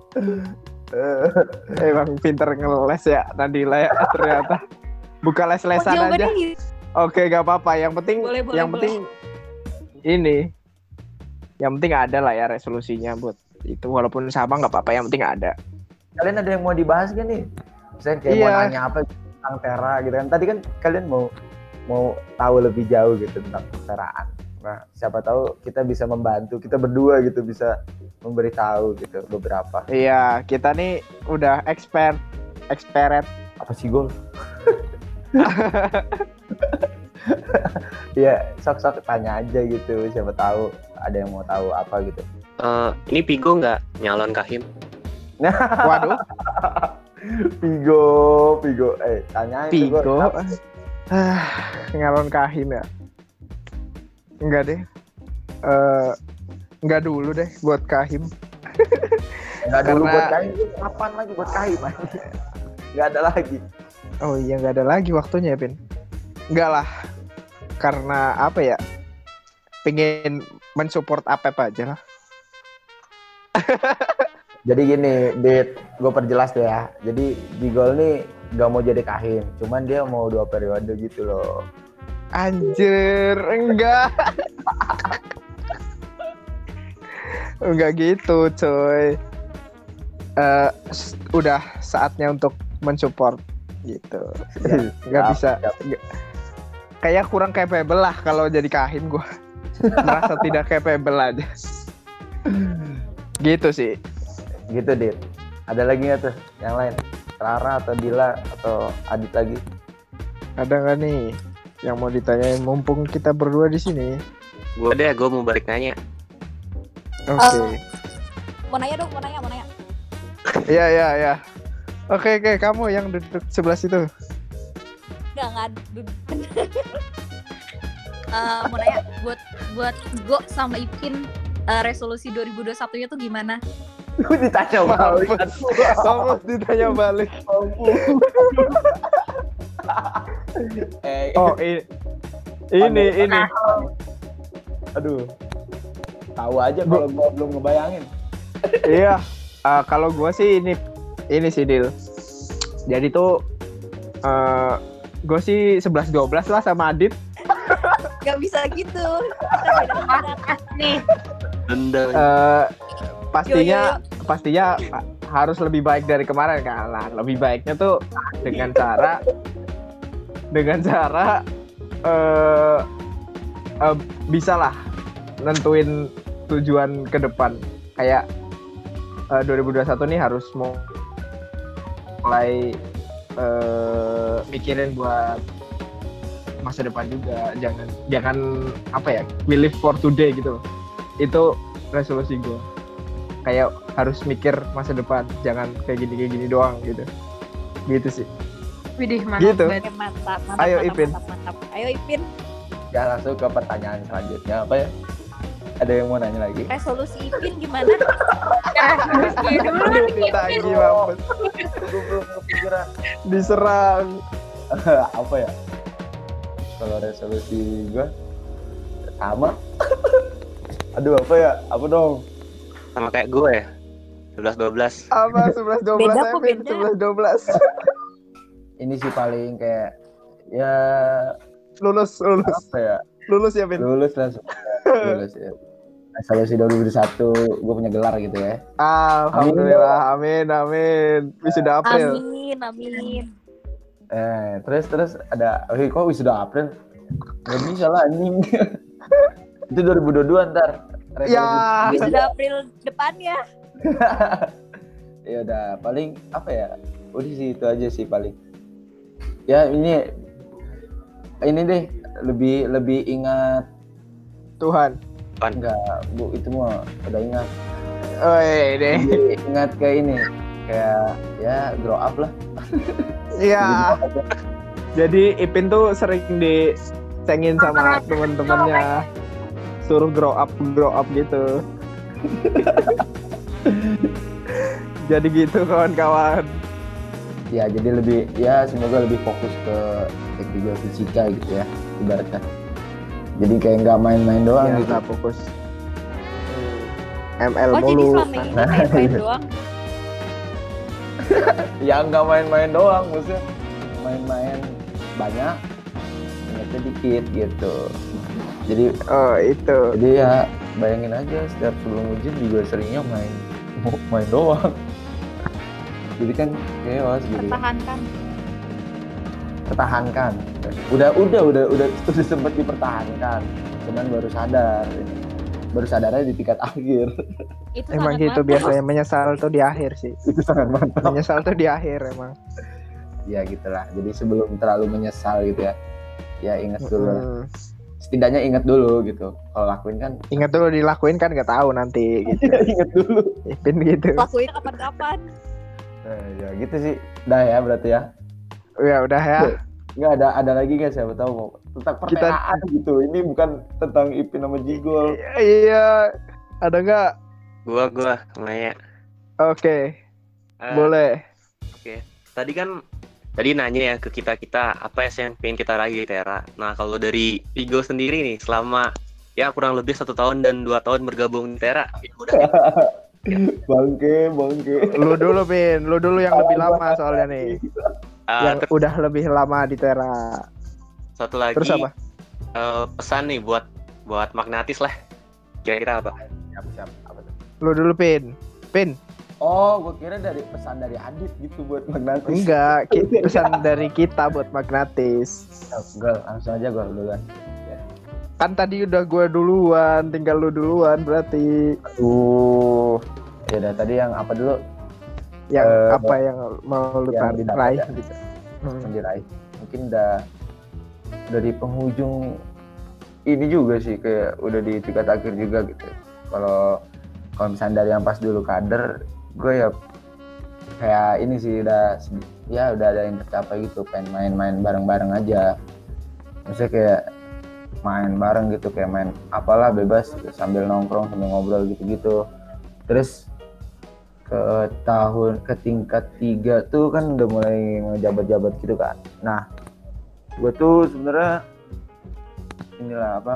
Eh, Emang pinter ngeles ya Nadila ya ternyata. Buka Oh, les-lesan aja. jawabannya gitu. Oke gak apa-apa. Yang penting Boleh, boleh, yang boleh. penting ini. Yang penting ada lah ya resolusinya buat itu, walaupun sama nggak apa-apa, yang penting ada. Kalian ada yang mau dibahas gak nih? Misalnya kayak mau Iya. nanya apa tentang Tera gitu kan. Tadi kan kalian mau mau tahu lebih jauh gitu tentang Teraan. Nah, siapa tahu kita bisa membantu, kita berdua gitu bisa memberi tahu gitu beberapa. Iya, kita nih udah expert, expert. Apa sih Gol? Iya, sok-sok tanya aja gitu, siapa tahu ada yang mau tahu apa gitu. Eh, ini Pigo nggak nyalon Kahim? Waduh, Pigo, Pigo, eh tanyain tuh, Gol. Pigo. Kenapa? Ah, ngalon Kahim ya? Enggak deh. Eh, enggak dulu deh buat Kahim. Nggak dulu Karena- buat Kahim, kapan lagi buat Kahim? Nggak ada lagi. Oh iya, nggak ada lagi waktunya ya, Pin. Enggak lah. Karena apa ya? Pengen mensupport apa aja lah. Jadi gini, Dit, gue perjelas tuh ya. Jadi Jigol nih gak mau jadi Kahim, cuman dia mau dua periode gitu loh. Anjir, enggak. Enggak gitu, coy. Eh, s- udah saatnya untuk mensupport gitu. Nggak- Nggak Siap, bisa. siap. nggak- Kayak kurang capable lah kalau jadi Kahim gue. Merasa tidak capable aja. Gitu sih. Gitu, Dit. Ada lagi nggak tuh yang lain? Rara atau Dila atau Adit lagi? Ada nggak nih yang mau ditanyain mumpung kita berdua di sini? Gue deh, gue mau balik nanya. Oke. Mau nanya dong, mau nanya, mau nanya. Iya, iya, iya. Oke, oke, kamu yang duduk sebelah situ. Enggak, enggak. Eh, mau nanya buat buat Go sama Ipin, eh, resolusi dua ribu dua puluh satu-nya tuh gimana? Gue ditanya balik. Kamu ditanya balik. Eh, Oh, ini ini ini. aduh. Tahu aja kalau gue belum ngebayangin. Iya. eh, kalau gua sih ini ini sih Dil. Jadi tuh eh gue sih sebelas dua belas lah sama Adit. Gak bisa gitu. Kita beda-beda nih. Denda. Eh, pastinya Yo, yo, pastinya harus lebih baik dari kemarin kan. Nah, lebih baiknya tuh dengan cara dengan cara eh eh, bisa lah nentuin tujuan ke depan. Kayak eh, dua ribu dua puluh satu nih harus mau mulai eh, mikirin buat masa depan juga. Jangan jangan apa ya, we live for today gitu loh. Itu resolusi gue. Kayak harus mikir masa depan, jangan kayak gini kayak gini doang gitu. Gitu sih. Widih, mantap Gitu. banget. Oke, mantap, mantap, Ayo, mantap, Ipin. mantap, mantap. Ayo Ipin, Ya langsung ke pertanyaan selanjutnya apa ya? Ada yang mau nanya lagi? resolusi Ipin gimana? Eh, Rizky dulu Aduh, nih. ditagi mampus. Gue belum kepikiran. Diserang. Apa ya? Kalau resolusi gue sama. Aduh apa ya? Apa dong? Sama kayak gue ya. sebelas dua belas. Apa sebelas dua belas Beda kok, Evin? beda. sebelas dua belas. Ini sih paling kayak ya Lulus, lulus. apa ya? Lulus ya, Vin? Lulus lah. Lulus ya. Resolusi dua ribu dua puluh satu gue punya gelar gitu ya. Alhamdulillah, amin, amin. Wisuda April. Amin, amin. Eh, terus terus ada, oh kok wisuda April? Gak bisa lah anjing. Itu dua ribu dua puluh dua ntar. Resolusi- Ya. Wisuda April depannya. Ya udah, paling apa ya? Udah sih itu aja sih paling. Ya ini ini deh lebih lebih ingat Tuhan. enggak Bu, itu mah udah ingat. Oi, deh. Lebih ingat kayak ini kayak ya grow up lah. Iya. Jadi Ipin tuh sering dicengin sama teman-temannya. Suruh grow up, grow up gitu. Jadi gitu kawan-kawan. Ya jadi lebih ya semoga lebih fokus ke teknik geofisika gitu ya ibaratnya. Jadi kayak nggak main-main doang Ya, gitu. nggak fokus. M L Oh, jadi mulu. selama ini main-main doang. Ya nggak main-main doang maksudnya main-main banyak, ingatnya dikit gitu. Jadi Oh, itu. jadi ya bayangin aja setiap sebelum ujian juga seringnya main main doang. Jadi kan chaos gitu. Pertahankan. Pertahankan. Udah udah udah udah udah sempat dipertahankan. Cuman baru sadar. Baru sadarnya di tingkat akhir. Itu Emang sangat gitu mantap. biasanya, menyesal tuh di akhir sih. Itu sangat mantap. Menyesal tuh di akhir emang. Ya gitulah. Jadi sebelum terlalu menyesal gitu ya. Ya ingat dulu. lah. Mm. Setidaknya ingat dulu gitu. Kalau lakuin kan Ingat dulu, dilakuin kan nggak tahu nanti gitu. ingat dulu. Ipin gitu. Lakuin kapan-kapan. Nah, ya gitu sih. Udah ya berarti ya. Ya udah ya. Nggak ada ada lagi nggak siapa tahu mau tentang Kita- pertanyaan gitu. Ini bukan tentang Ipin sama Jigol. Iya. Ada nggak? Gua gua Maya. Oke, Eh, boleh. Tadi kan tadi nanya ya ke kita kita apa ya sih yang pengen kita raih di Tera. Nah kalau dari Vigo sendiri nih selama ya kurang lebih satu tahun dan dua tahun bergabung di Tera, ya udah Bangke, bangke. Lu dulu, Pin. Lu dulu yang lebih lama soalnya nih. eh, Yang terus udah lebih lama di Tera. satu lagi Terus apa? eh, pesan nih buat buat Magnatis lah. Kira-kira apa? Siap, siap. Apa tuh? Lu dulu, Pin. Pin. Oh, gue kira dari pesan dari Adit gitu buat Magnatis. Enggak, ki- pesan dari kita buat Magnatis. Gue langsung aja gue duluan. Kan tadi udah gua duluan, tinggal lu duluan berarti. Uh, ya udah tadi yang apa dulu Yang Eh, apa yang mau lu yang tar- didapat raih ya. gitu. Hmm. yang diraih? Mungkin udah dari penghujung ini juga sih kayak udah di tingkat akhir juga gitu. Kalau kalau misalnya dari yang pas dulu kader, gue ya kayak ini sih udah ya udah ada yang tercapai gitu, pengen main-main bareng-bareng aja. Maksudnya kayak main bareng gitu, kayak main apalah bebas gitu, sambil nongkrong sambil ngobrol gitu-gitu. Terus ke tahun ke tingkat tiga tuh kan udah mulai ngejabat-jabat gitu kan. Nah, gue tuh sebenarnya inilah apa?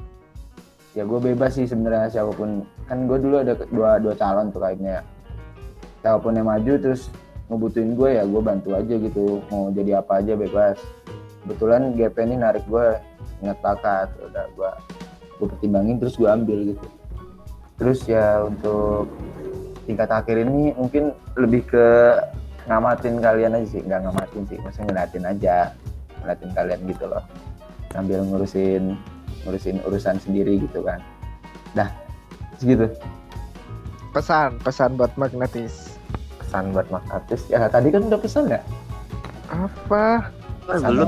Ya gue bebas sih sebenarnya siapapun. Kan gue dulu ada dua dua calon tuh kayaknya. Siapapun yang maju terus ngebutuhin gue ya gue bantu aja gitu. Mau jadi apa aja bebas. Kebetulan G P ini narik gue ingat bakat, udah gue gue pertimbangin terus gue ambil gitu. Terus ya untuk tingkat akhir ini mungkin lebih ke ngamatin kalian aja sih, nggak ngamatin sih, maksudnya ngeliatin aja, ngeliatin kalian gitu loh, sambil ngurusin ngurusin urusan sendiri gitu kan. Dah, segitu. Pesan, pesan buat Magnatis. Pesan buat Mas Artis. Ya tadi kan udah pesan ya. Apa? Belum.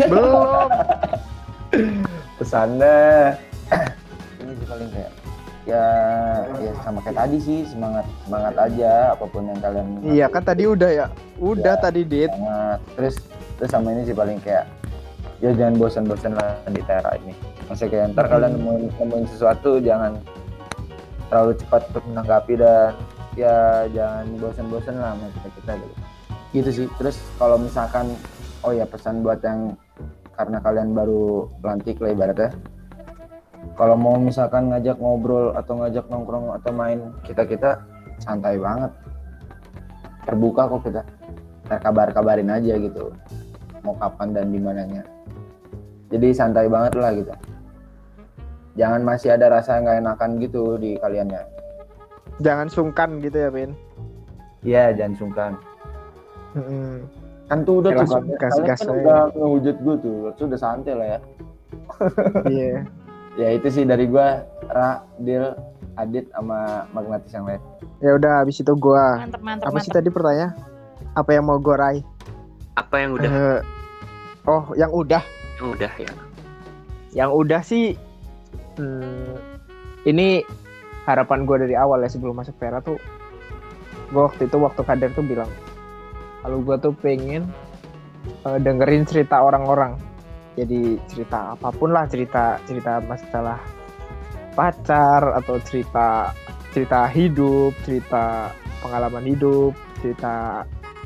Belum. Pesannya ini sih paling kayak ya ya sama kayak tadi sih, semangat semangat aja apapun yang kalian Iya kan tadi udah ya. Udah Ya. tadi Dit. semangat. Terus terus sama ini sih paling kayak ya jangan bosan-bosan lah di Tera ini. Maksudnya kayak ntar Hmm. kalian nemuin, nemuin sesuatu jangan terlalu cepat untuk menanggapi dan ya jangan bosan-bosan lah sama kita kita gitu. Gitu sih. Terus kalau misalkan oh ya pesan buat yang karena kalian baru pelantik lah ibaratnya. Kalau mau misalkan ngajak ngobrol atau ngajak nongkrong atau main kita-kita santai banget. Terbuka kok kita. Ntar kabar-kabarin aja gitu. Mau kapan dan di mananya. Jadi santai banget lah gitu. Jangan masih ada rasa nggak enakan gitu di kaliannya. Jangan sungkan gitu ya, Pin. Iya, jangan sungkan. Mm-mm. Kan tuh udah Ya, tuh langsung kalian gas- kalian gas kan aja. udah ngehujat gue tuh. Itu udah santai lah ya. Iya. Ya itu sih dari gua, Ra, Dil, Adit sama Magnatis yang lain. Ya udah habis itu gua. Mantap mantap Apa sih mantap. tadi pertanyaan? Apa yang mau gua raih? Apa yang udah? Eh, oh, yang udah. Yang udah ya. Yang udah sih hmm, ini harapan gue dari awal ya sebelum masuk Tera tuh, gue waktu itu waktu kader tuh bilang kalau gue tuh pengen uh, dengerin cerita orang-orang, jadi cerita apapun lah, cerita cerita masalah pacar atau cerita cerita hidup, cerita pengalaman hidup, cerita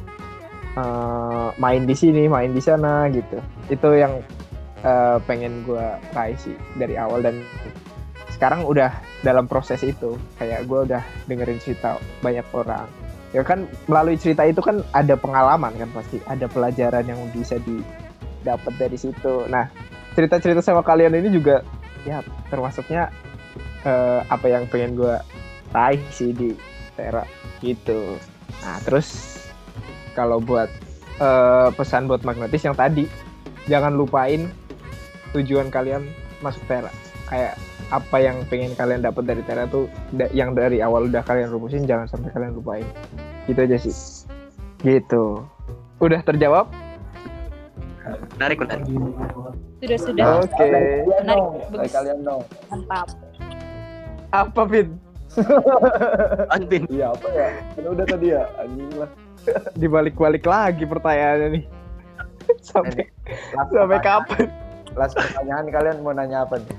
uh, main di sini, main di sana gitu. Itu yang uh, pengen gue raih sih dari awal, dan sekarang udah dalam proses itu. Kayak gue udah dengerin cerita banyak orang. Ya kan melalui cerita itu kan ada pengalaman kan, pasti ada pelajaran yang bisa didapat dari situ. Nah, cerita-cerita sama kalian ini juga ya termasuknya uh, apa yang pengen gue raih sih di Tera gitu. Nah, terus kalau buat uh, pesan buat Magnatis yang tadi, jangan lupain tujuan kalian masuk Tera. Kayak apa yang pengen kalian dapat dari Tera tuh da- yang dari awal udah kalian rumusin, jangan sampai kalian lupain. Gitu aja sih. Gitu. Udah terjawab? Menarik, menarik. Sudah sudah Oke. Kalian Menarik, dong, bagus. dari kalian dong. mantap. Apa, Vin? Anpin. Iya apa ya? Kan udah tadi ya, anjing lah. Dibalik-balik lagi pertanyaannya nih. sampai Last sampai pertanyaan- kapan? Last pertanyaan kalian mau nanya apa nih?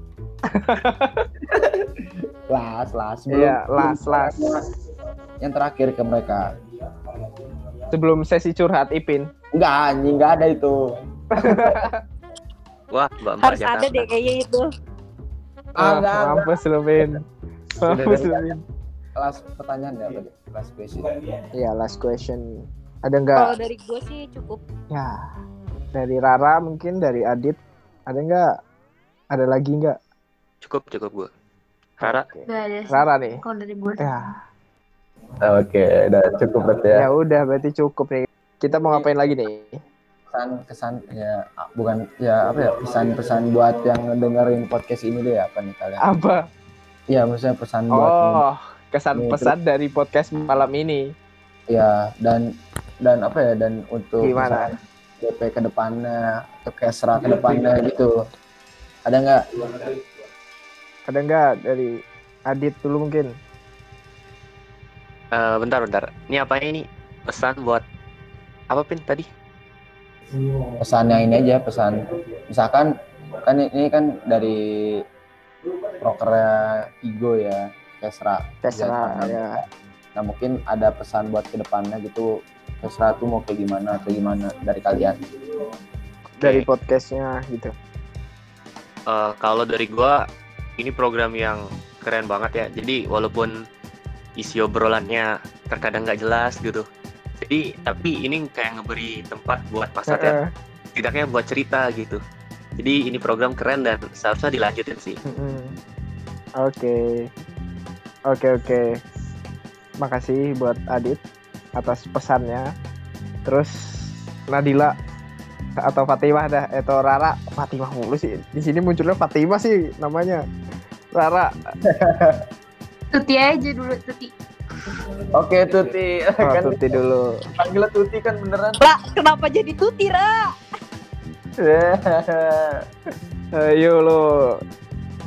Last, last. Belum- Iya, last, belum last. tanya Yang terakhir ke mereka. Sebelum sesi curhat Ipin. Enggak, anjing, enggak ada itu. Wah, Mbak Mbak Harus Jakarta. ada deh kayaknya itu. Ah, Ah, enggak, enggak. mampus lu, Vin. Mampus lu, Sudah, Vin. Last pertanyaan ya, apa? Last question. Iya, last question. Ada nggak? Kalau dari gue sih cukup. Ya, dari Rara mungkin, dari Adit. Ada nggak? Ada lagi nggak? Cukup, cukup gue. Rara, Oke. Gak ada sih Rara nih. kalau dari gue. Ya, Oke, udah cukup berarti ya. ya udah berarti cukup nih. Kita mau ngapain lagi nih? Kesan kesan ya bukan ya apa ya pesan-pesan buat yang ngedengerin podcast ini deh apa nih kalian? Apa? Iya, maksudnya pesan buat Oh, kesan Nih, pesan dari podcast malam ini. ya dan dan apa ya dan untuk Gimana? misalkan D P ke depannya atau Kesra ke depannya gitu. Ada nggak? Ada nggak dari Adit dulu mungkin? eh, bentar, bentar. Ini apa ini? Pesan buat apa, Pin, tadi? Pesannya ini aja, pesan misalkan kan ini kan dari prokernya Igo ya, Kesra. Kesra, ya. Nah mungkin ada pesan buat kedepannya gitu, Kesra tuh mau kayak gimana atau gimana dari kalian? Dari podcastnya gitu. Eh, kalau dari gua, ini program yang keren banget ya. Jadi walaupun isi obrolannya terkadang nggak jelas gitu, jadi tapi ini kayak ngeberi tempat buat Mas Sat ya, Heeh. tidaknya buat cerita gitu. Jadi ini program keren dan seharusnya dilanjutin sih. Mm-mm. Oke. Oke, oke. Makasih buat Adit atas pesannya. Terus Nadila atau Fatimah dah, atau Rara. Fatimah mulu sih. Di sini munculnya Fatimah sih namanya. Rara. Tuti aja dulu, Tuti. Oke Tuti, Oh, kan Tuti dulu. panggilnya Tuti kan beneran. Ra, kenapa jadi Tuti, Ra? Ayo lo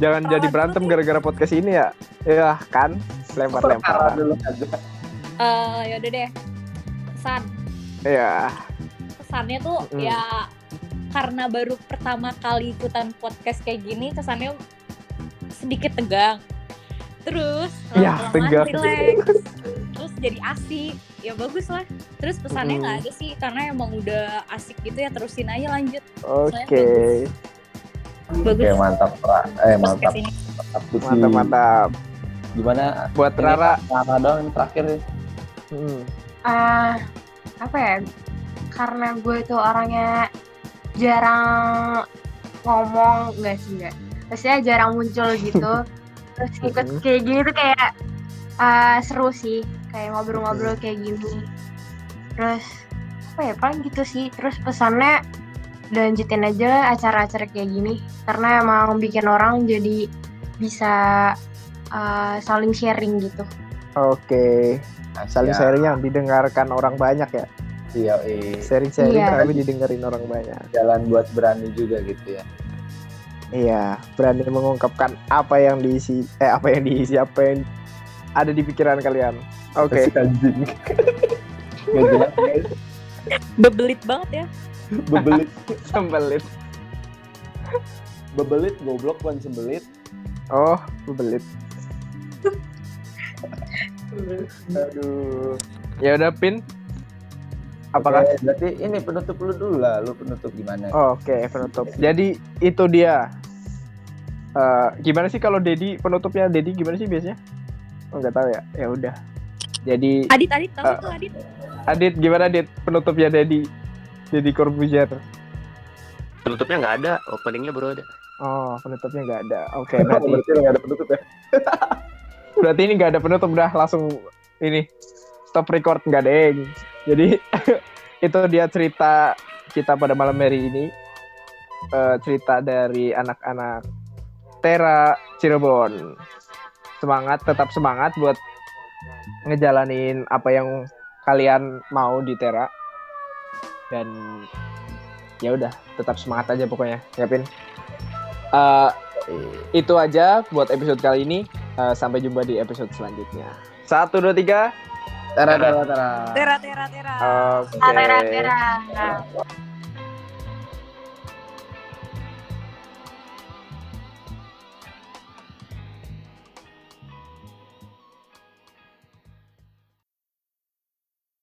Jangan jadi berantem gara-gara podcast ini ya. Ya kan, lempar-lempar. dulu aja. Eh ya udah deh. Pesan. Iya. Kesannya tuh Mm. ya karena baru pertama kali ikutan podcast kayak gini, kesannya sedikit tegang. Terus Ya, lama-kelamaan tegang. relax. Terus jadi asik. Ya bagus lah. Terus pesannya nggak Mm. ada sih karena emang udah asik gitu ya, terusin aja lanjut. Oke. Bagus. Oke, mantap, Pra. Eh, mantap. Podcast ini. Mantap, Putih. Mantap, mantap. Gimana? Buat Ini Rara. Rara dong ini terakhir nih. Hmm. Ah, apa ya? Karena gue itu orangnya jarang ngomong, enggak sih enggak. Maksudnya jarang muncul gitu. Terus ikut Mhm. kayak gini tuh kayak ah, seru sih, kayak ngobrol-ngobrol kayak gini. Terus apa ya? Paling gitu sih. Terus pesannya lanjutin aja acara-acara kayak gini karena emang bikin orang jadi bisa ah, saling sharing gitu. Oke. Saling Ya, sharing yang didengarkan orang banyak ya. Iya, eh. Sharing-sharing Iya. tapi didengerin orang banyak. Jalan buat berani juga gitu ya. Iya, berani mengungkapkan apa yang diisi, eh apa yang diisi, apa yang ada di pikiran kalian. Oke. Si anjing. Gak jelas, guys. Bebelit banget ya. Bebelit. Sembelit. Bebelit, goblok, bukan sembelit. Oh, belit. Aduh. Ya udah Pin. Apakah Oke, berarti ini penutup lu dulu lah. Lu penutup gimana? Oke, penutup. Jadi itu dia. Eh, gimana sih kalau Dedi penutupnya? Dedi gimana sih biasanya? Oh, nggak tahu ya. Ya udah. Jadi Adit, Adit tahu Ah. tuh Adit. Adit gimana Adit penutupnya Dedi? Dedi Corbuzier. Penutupnya nggak ada, openingnya baru ada. Oh, penutupnya nggak ada. Oke, berarti Berarti lu gak ada penutup ya? berarti ini nggak ada penutup, udah langsung ini stop record nggak deng. Jadi itu dia cerita kita pada malam hari ini. Eh, cerita dari anak-anak Tera Cirebon. Semangat, tetap semangat buat ngejalanin apa yang kalian mau di Tera. Dan ya udah, tetap semangat aja pokoknya, ya Pin. Eh, itu aja buat episode kali ini. Eh, sampai jumpa di episode selanjutnya. Satu, dua, tiga. Tara, tara, tara. Tera, tera, tera. Oke. Tera-tera.